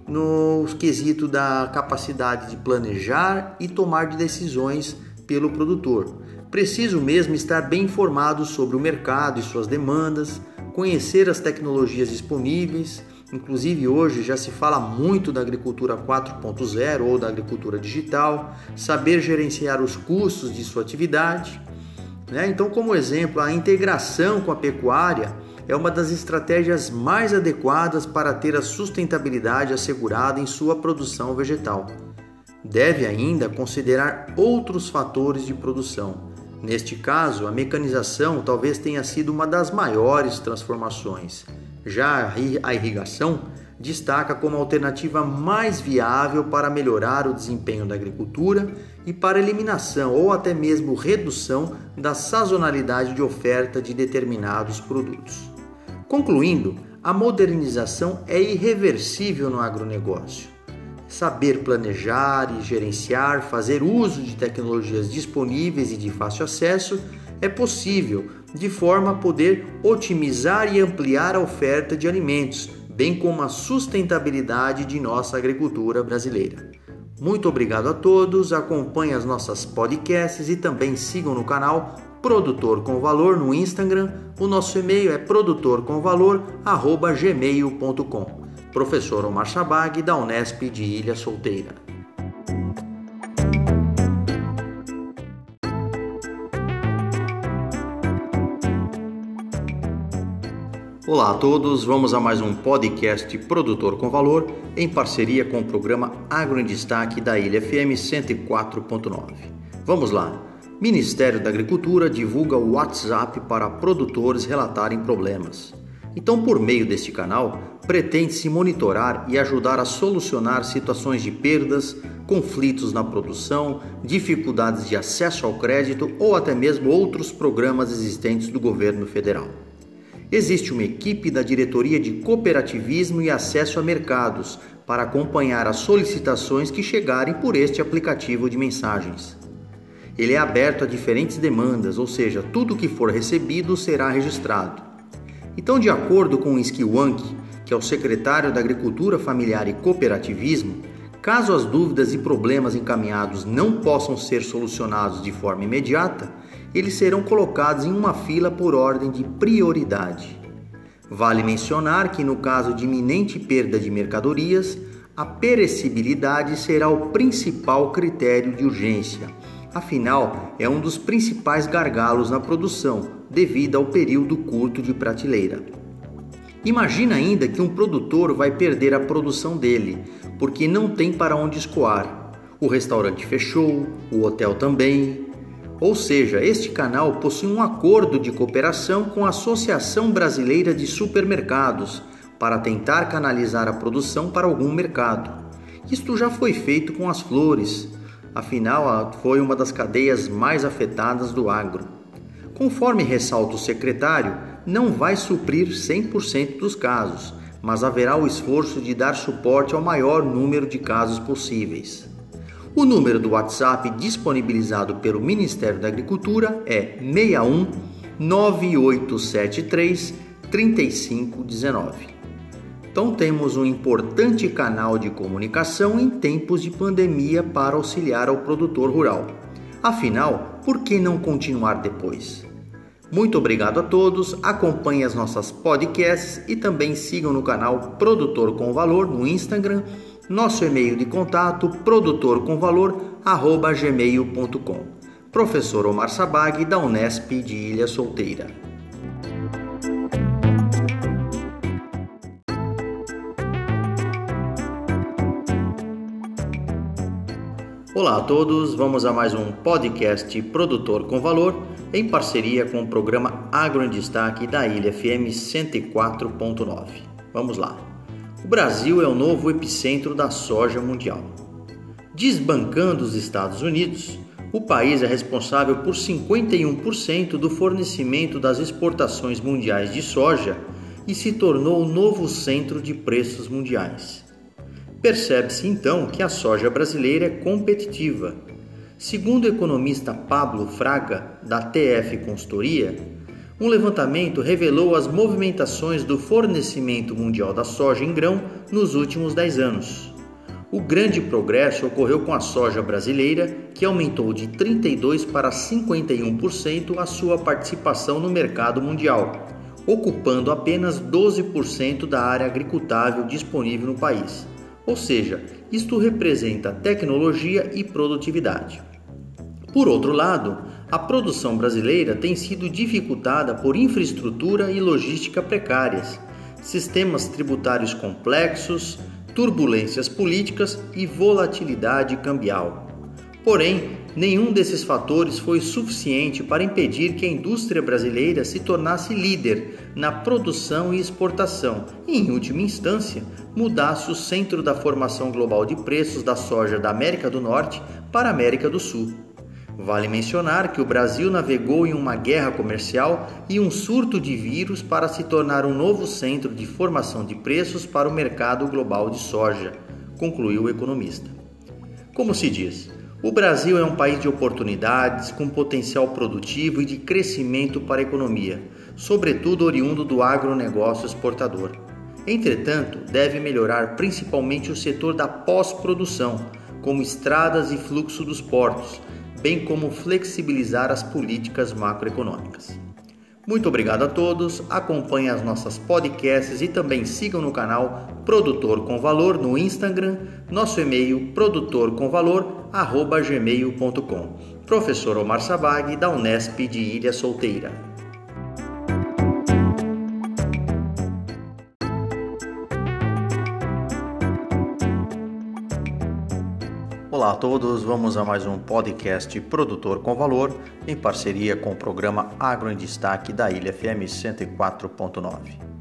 no quesito da capacidade de planejar e tomar decisões pelo produtor. Preciso mesmo estar bem informado sobre o mercado e suas demandas, conhecer as tecnologias disponíveis. Inclusive hoje já se fala muito da agricultura 4.0 ou da agricultura digital, saber gerenciar os custos de sua atividade. Então, como exemplo, a integração com a pecuária é uma das estratégias mais adequadas para ter a sustentabilidade assegurada em sua produção vegetal. Deve ainda considerar outros fatores de produção. Neste caso, a mecanização talvez tenha sido uma das maiores transformações. Já a irrigação destaca como alternativa mais viável para melhorar o desempenho da agricultura e para eliminação ou até mesmo redução da sazonalidade de oferta de determinados produtos. Concluindo, a modernização é irreversível no agronegócio. Saber planejar e gerenciar, fazer uso de tecnologias disponíveis e de fácil acesso é possível, de forma a poder otimizar e ampliar a oferta de alimentos, bem como a sustentabilidade de nossa agricultura brasileira. Muito obrigado a todos, acompanhem as nossas podcasts e também sigam no canal Produtor com Valor no Instagram. O nosso e-mail é produtorcomvalor@gmail.com. Professor Omar Sabag, da Unesp de Ilha Solteira. Olá a todos, vamos a mais um podcast Produtor com Valor em parceria com o programa Agro em Destaque da Ilha FM 104.9. Vamos lá. Ministério da Agricultura divulga o WhatsApp para produtores relatarem problemas. Então, por meio deste canal, pretende-se monitorar e ajudar a solucionar situações de perdas, conflitos na produção, dificuldades de acesso ao crédito ou até mesmo outros programas existentes do governo federal. Existe uma equipe da Diretoria de Cooperativismo e Acesso a Mercados para acompanhar as solicitações que chegarem por este aplicativo de mensagens. Ele é aberto a diferentes demandas, ou seja, tudo que for recebido será registrado. Então, de acordo com o Skiwank, que é o secretário da Agricultura Familiar e Cooperativismo, caso as dúvidas e problemas encaminhados não possam ser solucionados de forma imediata, eles serão colocados em uma fila por ordem de prioridade. Vale mencionar que no caso de iminente perda de mercadorias, a perecibilidade será o principal critério de urgência. Afinal, é um dos principais gargalos na produção, devido ao período curto de prateleira. Imagina ainda que um produtor vai perder a produção dele, porque não tem para onde escoar. O restaurante fechou, o hotel também. Ou seja, este canal possui um acordo de cooperação com a Associação Brasileira de Supermercados para tentar canalizar a produção para algum mercado. Isto já foi feito com as flores, afinal foi uma das cadeias mais afetadas do agro. Conforme ressalta o secretário, não vai suprir 100% dos casos, mas haverá o esforço de dar suporte ao maior número de casos possíveis. O número do WhatsApp disponibilizado pelo Ministério da Agricultura é 61 9873 3519. Então temos um importante canal de comunicação em tempos de pandemia para auxiliar ao produtor rural. Afinal, por que não continuar depois? Muito obrigado a todos, acompanhem as nossas podcasts e também sigam no canal Produtor com Valor no Instagram. Nosso e-mail de contato produtorcomvalor@gmail.com. Professor Omar Sabag, da Unesp de Ilha Solteira. Olá a todos, vamos a mais um podcast Produtor com Valor em parceria com o programa Agro em Destaque da Ilha FM 104.9. Vamos lá. O Brasil é o novo epicentro da soja mundial. Desbancando os Estados Unidos, o país é responsável por 51% do fornecimento das exportações mundiais de soja e se tornou o novo centro de preços mundiais. Percebe-se então que a soja brasileira é competitiva. Segundo o economista Pablo Fraga, da TF Consultoria, um levantamento revelou as movimentações do fornecimento mundial da soja em grão nos últimos 10 anos. O grande progresso ocorreu com a soja brasileira, que aumentou de 32% para 51% a sua participação no mercado mundial, ocupando apenas 12% da área agricultável disponível no país. Ou seja, isto representa tecnologia e produtividade. Por outro lado, a produção brasileira tem sido dificultada por infraestrutura e logística precárias, sistemas tributários complexos, turbulências políticas e volatilidade cambial. Porém, nenhum desses fatores foi suficiente para impedir que a indústria brasileira se tornasse líder na produção e exportação e, em última instância, mudasse o centro da formação global de preços da soja da América do Norte para a América do Sul. Vale mencionar que o Brasil navegou em uma guerra comercial e um surto de vírus para se tornar um novo centro de formação de preços para o mercado global de soja, concluiu o economista. Como se diz, o Brasil é um país de oportunidades, com potencial produtivo e de crescimento para a economia, sobretudo oriundo do agronegócio exportador. Entretanto, deve melhorar principalmente o setor da pós-produção, como estradas e fluxo dos portos, bem como flexibilizar as políticas macroeconômicas. Muito obrigado a todos, acompanhem as nossas podcasts e também sigam no canal Produtor com Valor no Instagram, nosso e-mail produtorcomvalor@gmail.com. Professor Omar Sabag, da Unesp de Ilha Solteira. Olá a todos, vamos a mais um podcast Produtor com Valor, em parceria com o programa Agro em Destaque da Ilha FM 104.9.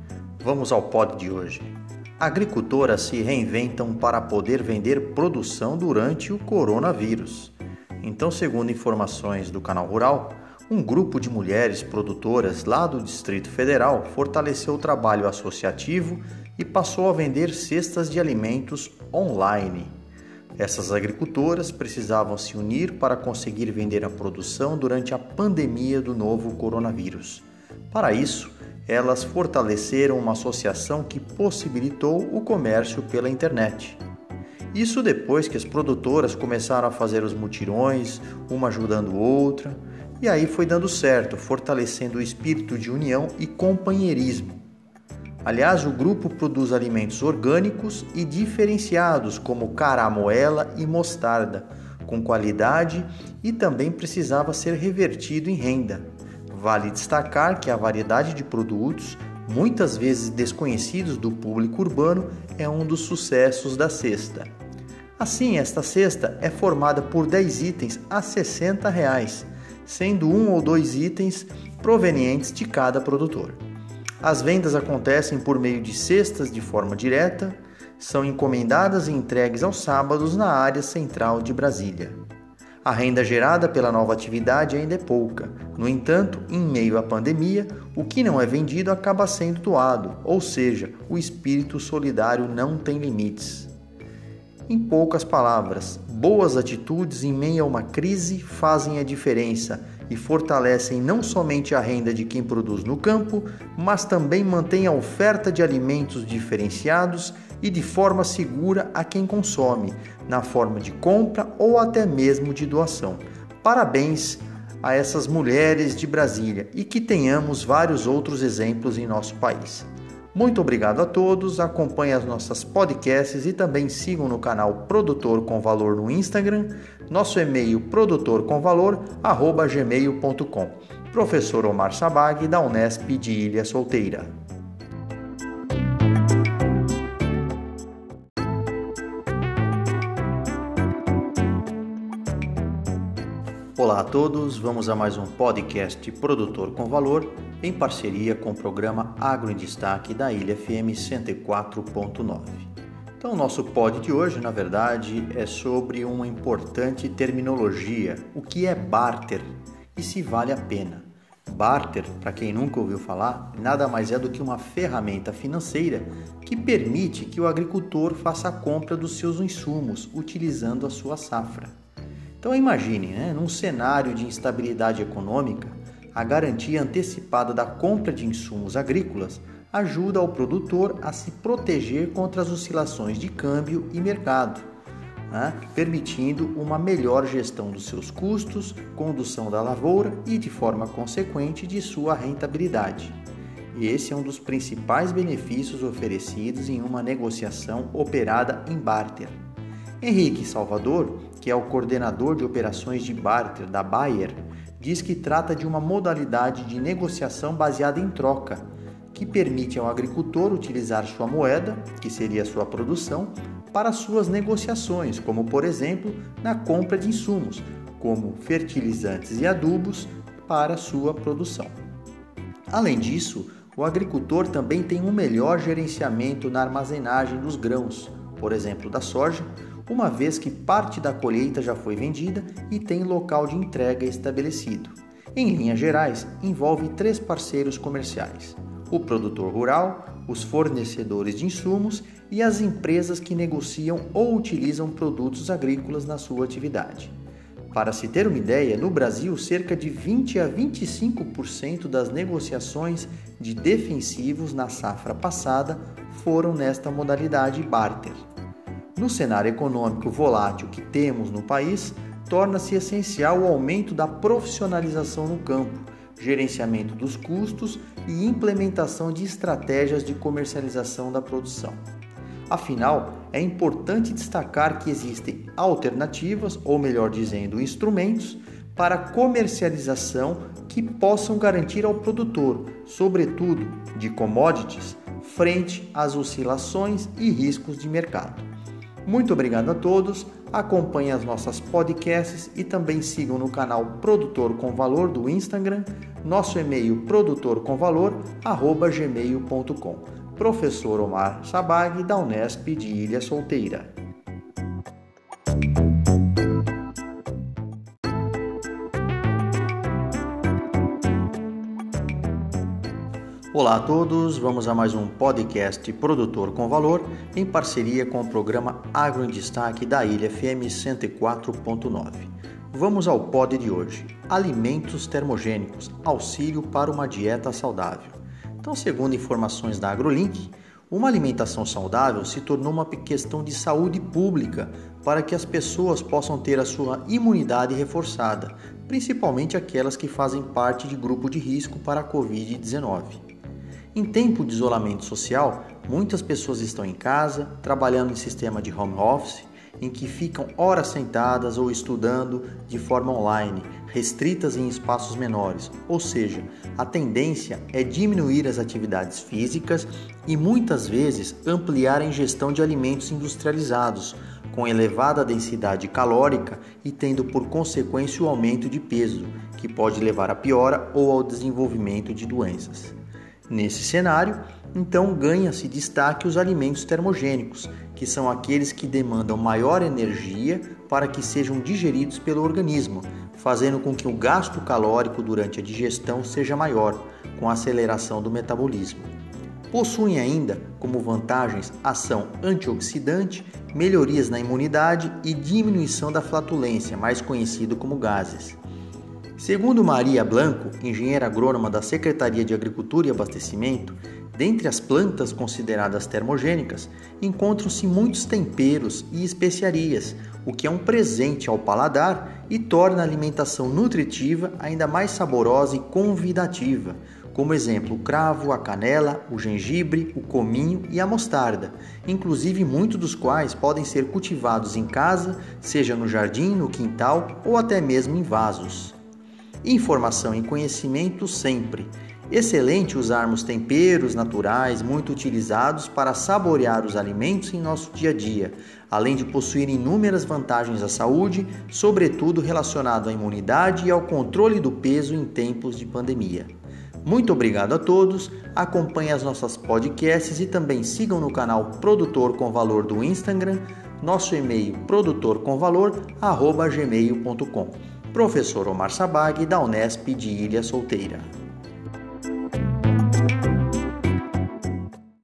Vamos ao pod de hoje. Agricultoras se reinventam para poder vender produção durante o coronavírus. Então, segundo informações do Canal Rural, um grupo de mulheres produtoras lá do Distrito Federal fortaleceu o trabalho associativo e passou a vender cestas de alimentos online. Essas agricultoras precisavam se unir para conseguir vender a produção durante a pandemia do novo coronavírus. Para isso, elas fortaleceram uma associação que possibilitou o comércio pela internet. Isso depois que as produtoras começaram a fazer os mutirões, uma ajudando outra, e aí foi dando certo, fortalecendo o espírito de união e companheirismo. Aliás, o grupo produz alimentos orgânicos e diferenciados como caramoela e mostarda, com qualidade e também precisava ser revertido em renda. Vale destacar que a variedade de produtos, muitas vezes desconhecidos do público urbano, é um dos sucessos da cesta. Assim, esta cesta é formada por 10 itens a R$ 60, sendo 1 ou 2 itens provenientes de cada produtor. As vendas acontecem por meio de cestas de forma direta, são encomendadas e entregues aos sábados na área central de Brasília. A renda gerada pela nova atividade ainda é pouca. No entanto, em meio à pandemia, o que não é vendido acaba sendo doado, ou seja, o espírito solidário não tem limites. Em poucas palavras, boas atitudes em meio a uma crise fazem a diferença e fortalecem não somente a renda de quem produz no campo, mas também mantêm a oferta de alimentos diferenciados e de forma segura a quem consome, na forma de compra ou até mesmo de doação. Parabéns a essas mulheres de Brasília e que tenhamos vários outros exemplos em nosso país. Muito obrigado a todos, acompanhem as nossas podcasts e também sigam no canal Produtor com Valor no Instagram, nosso e-mail produtorcomvalor@gmail.com. Professor Omar Sabag, da Unesp de Ilha Solteira. Olá a todos, vamos a mais um podcast Produtor com Valor, em parceria com o programa Agro em Destaque da Ilha FM 104.9. Então, o nosso pod de hoje, na verdade, é sobre uma importante terminologia, o que é barter e se vale a pena. Barter, para quem nunca ouviu falar, nada mais é do que uma ferramenta financeira que permite que o agricultor faça a compra dos seus insumos utilizando a sua safra. Então imagine, num cenário de instabilidade econômica, a garantia antecipada da compra de insumos agrícolas ajuda ao produtor a se proteger contra as oscilações de câmbio e mercado, permitindo uma melhor gestão dos seus custos, condução da lavoura e, de forma consequente, de sua rentabilidade. Esse é um dos principais benefícios oferecidos em uma negociação operada em barter. Henrique Salvador, que é o coordenador de operações de barter da Bayer, diz que trata de uma modalidade de negociação baseada em troca, que permite ao agricultor utilizar sua moeda, que seria a sua produção, para suas negociações, como por exemplo na compra de insumos, como fertilizantes e adubos, para sua produção. Além disso, o agricultor também tem um melhor gerenciamento na armazenagem dos grãos, por exemplo da soja, uma vez que parte da colheita já foi vendida e tem local de entrega estabelecido. Em linhas gerais, envolve 3 parceiros comerciais: o produtor rural, os fornecedores de insumos e as empresas que negociam ou utilizam produtos agrícolas na sua atividade. Para se ter uma ideia, no Brasil, cerca de 20 a 25% das negociações de defensivos na safra passada foram nesta modalidade barter. No cenário econômico volátil que temos no país, torna-se essencial o aumento da profissionalização no campo, gerenciamento dos custos e implementação de estratégias de comercialização da produção. Afinal, é importante destacar que existem alternativas, ou melhor dizendo, instrumentos, para comercialização que possam garantir ao produtor, sobretudo de commodities, frente às oscilações e riscos de mercado. Muito obrigado a todos, acompanhem as nossas podcasts e também sigam no canal Produtor com Valor do Instagram, nosso e-mail produtorcomvalor@gmail.com. Professor Omar Sabag, da Unesp de Ilha Solteira. Olá a todos, vamos a mais um podcast Produtor com Valor, em parceria com o programa Agro em Destaque da Ilha FM 104.9. Vamos ao pod de hoje, alimentos termogênicos, auxílio para uma dieta saudável. Então, segundo informações da AgroLink, uma alimentação saudável se tornou uma questão de saúde pública para que as pessoas possam ter a sua imunidade reforçada, principalmente aquelas que fazem parte de grupo de risco para a Covid-19. Em tempo de isolamento social, muitas pessoas estão em casa, trabalhando em sistema de home office, em que ficam horas sentadas ou estudando de forma online, restritas em espaços menores, ou seja, a tendência é diminuir as atividades físicas e muitas vezes ampliar a ingestão de alimentos industrializados, com elevada densidade calórica e tendo por consequência o aumento de peso, que pode levar à piora ou ao desenvolvimento de doenças. Nesse cenário, então ganha-se destaque os alimentos termogênicos, que são aqueles que demandam maior energia para que sejam digeridos pelo organismo, fazendo com que o gasto calórico durante a digestão seja maior, com a aceleração do metabolismo. Possuem ainda como vantagens ação antioxidante, melhorias na imunidade e diminuição da flatulência, mais conhecido como gases. Segundo Maria Blanco, engenheira agrônoma da Secretaria de Agricultura e Abastecimento, dentre as plantas consideradas termogênicas, encontram-se muitos temperos e especiarias, o que é um presente ao paladar e torna a alimentação nutritiva ainda mais saborosa e convidativa, como exemplo o cravo, a canela, o gengibre, o cominho e a mostarda, inclusive muitos dos quais podem ser cultivados em casa, seja no jardim, no quintal ou até mesmo em vasos. Informação e conhecimento sempre. Excelente usarmos temperos naturais muito utilizados para saborear os alimentos em nosso dia a dia, além de possuir inúmeras vantagens à saúde, sobretudo relacionado à imunidade e ao controle do peso em tempos de pandemia. Muito obrigado a todos, acompanhem as nossas podcasts e também sigam no canal Produtor com Valor do Instagram, nosso e-mail produtorcomvalor@gmail.com. Professor Omar Sabag, da Unesp de Ilha Solteira.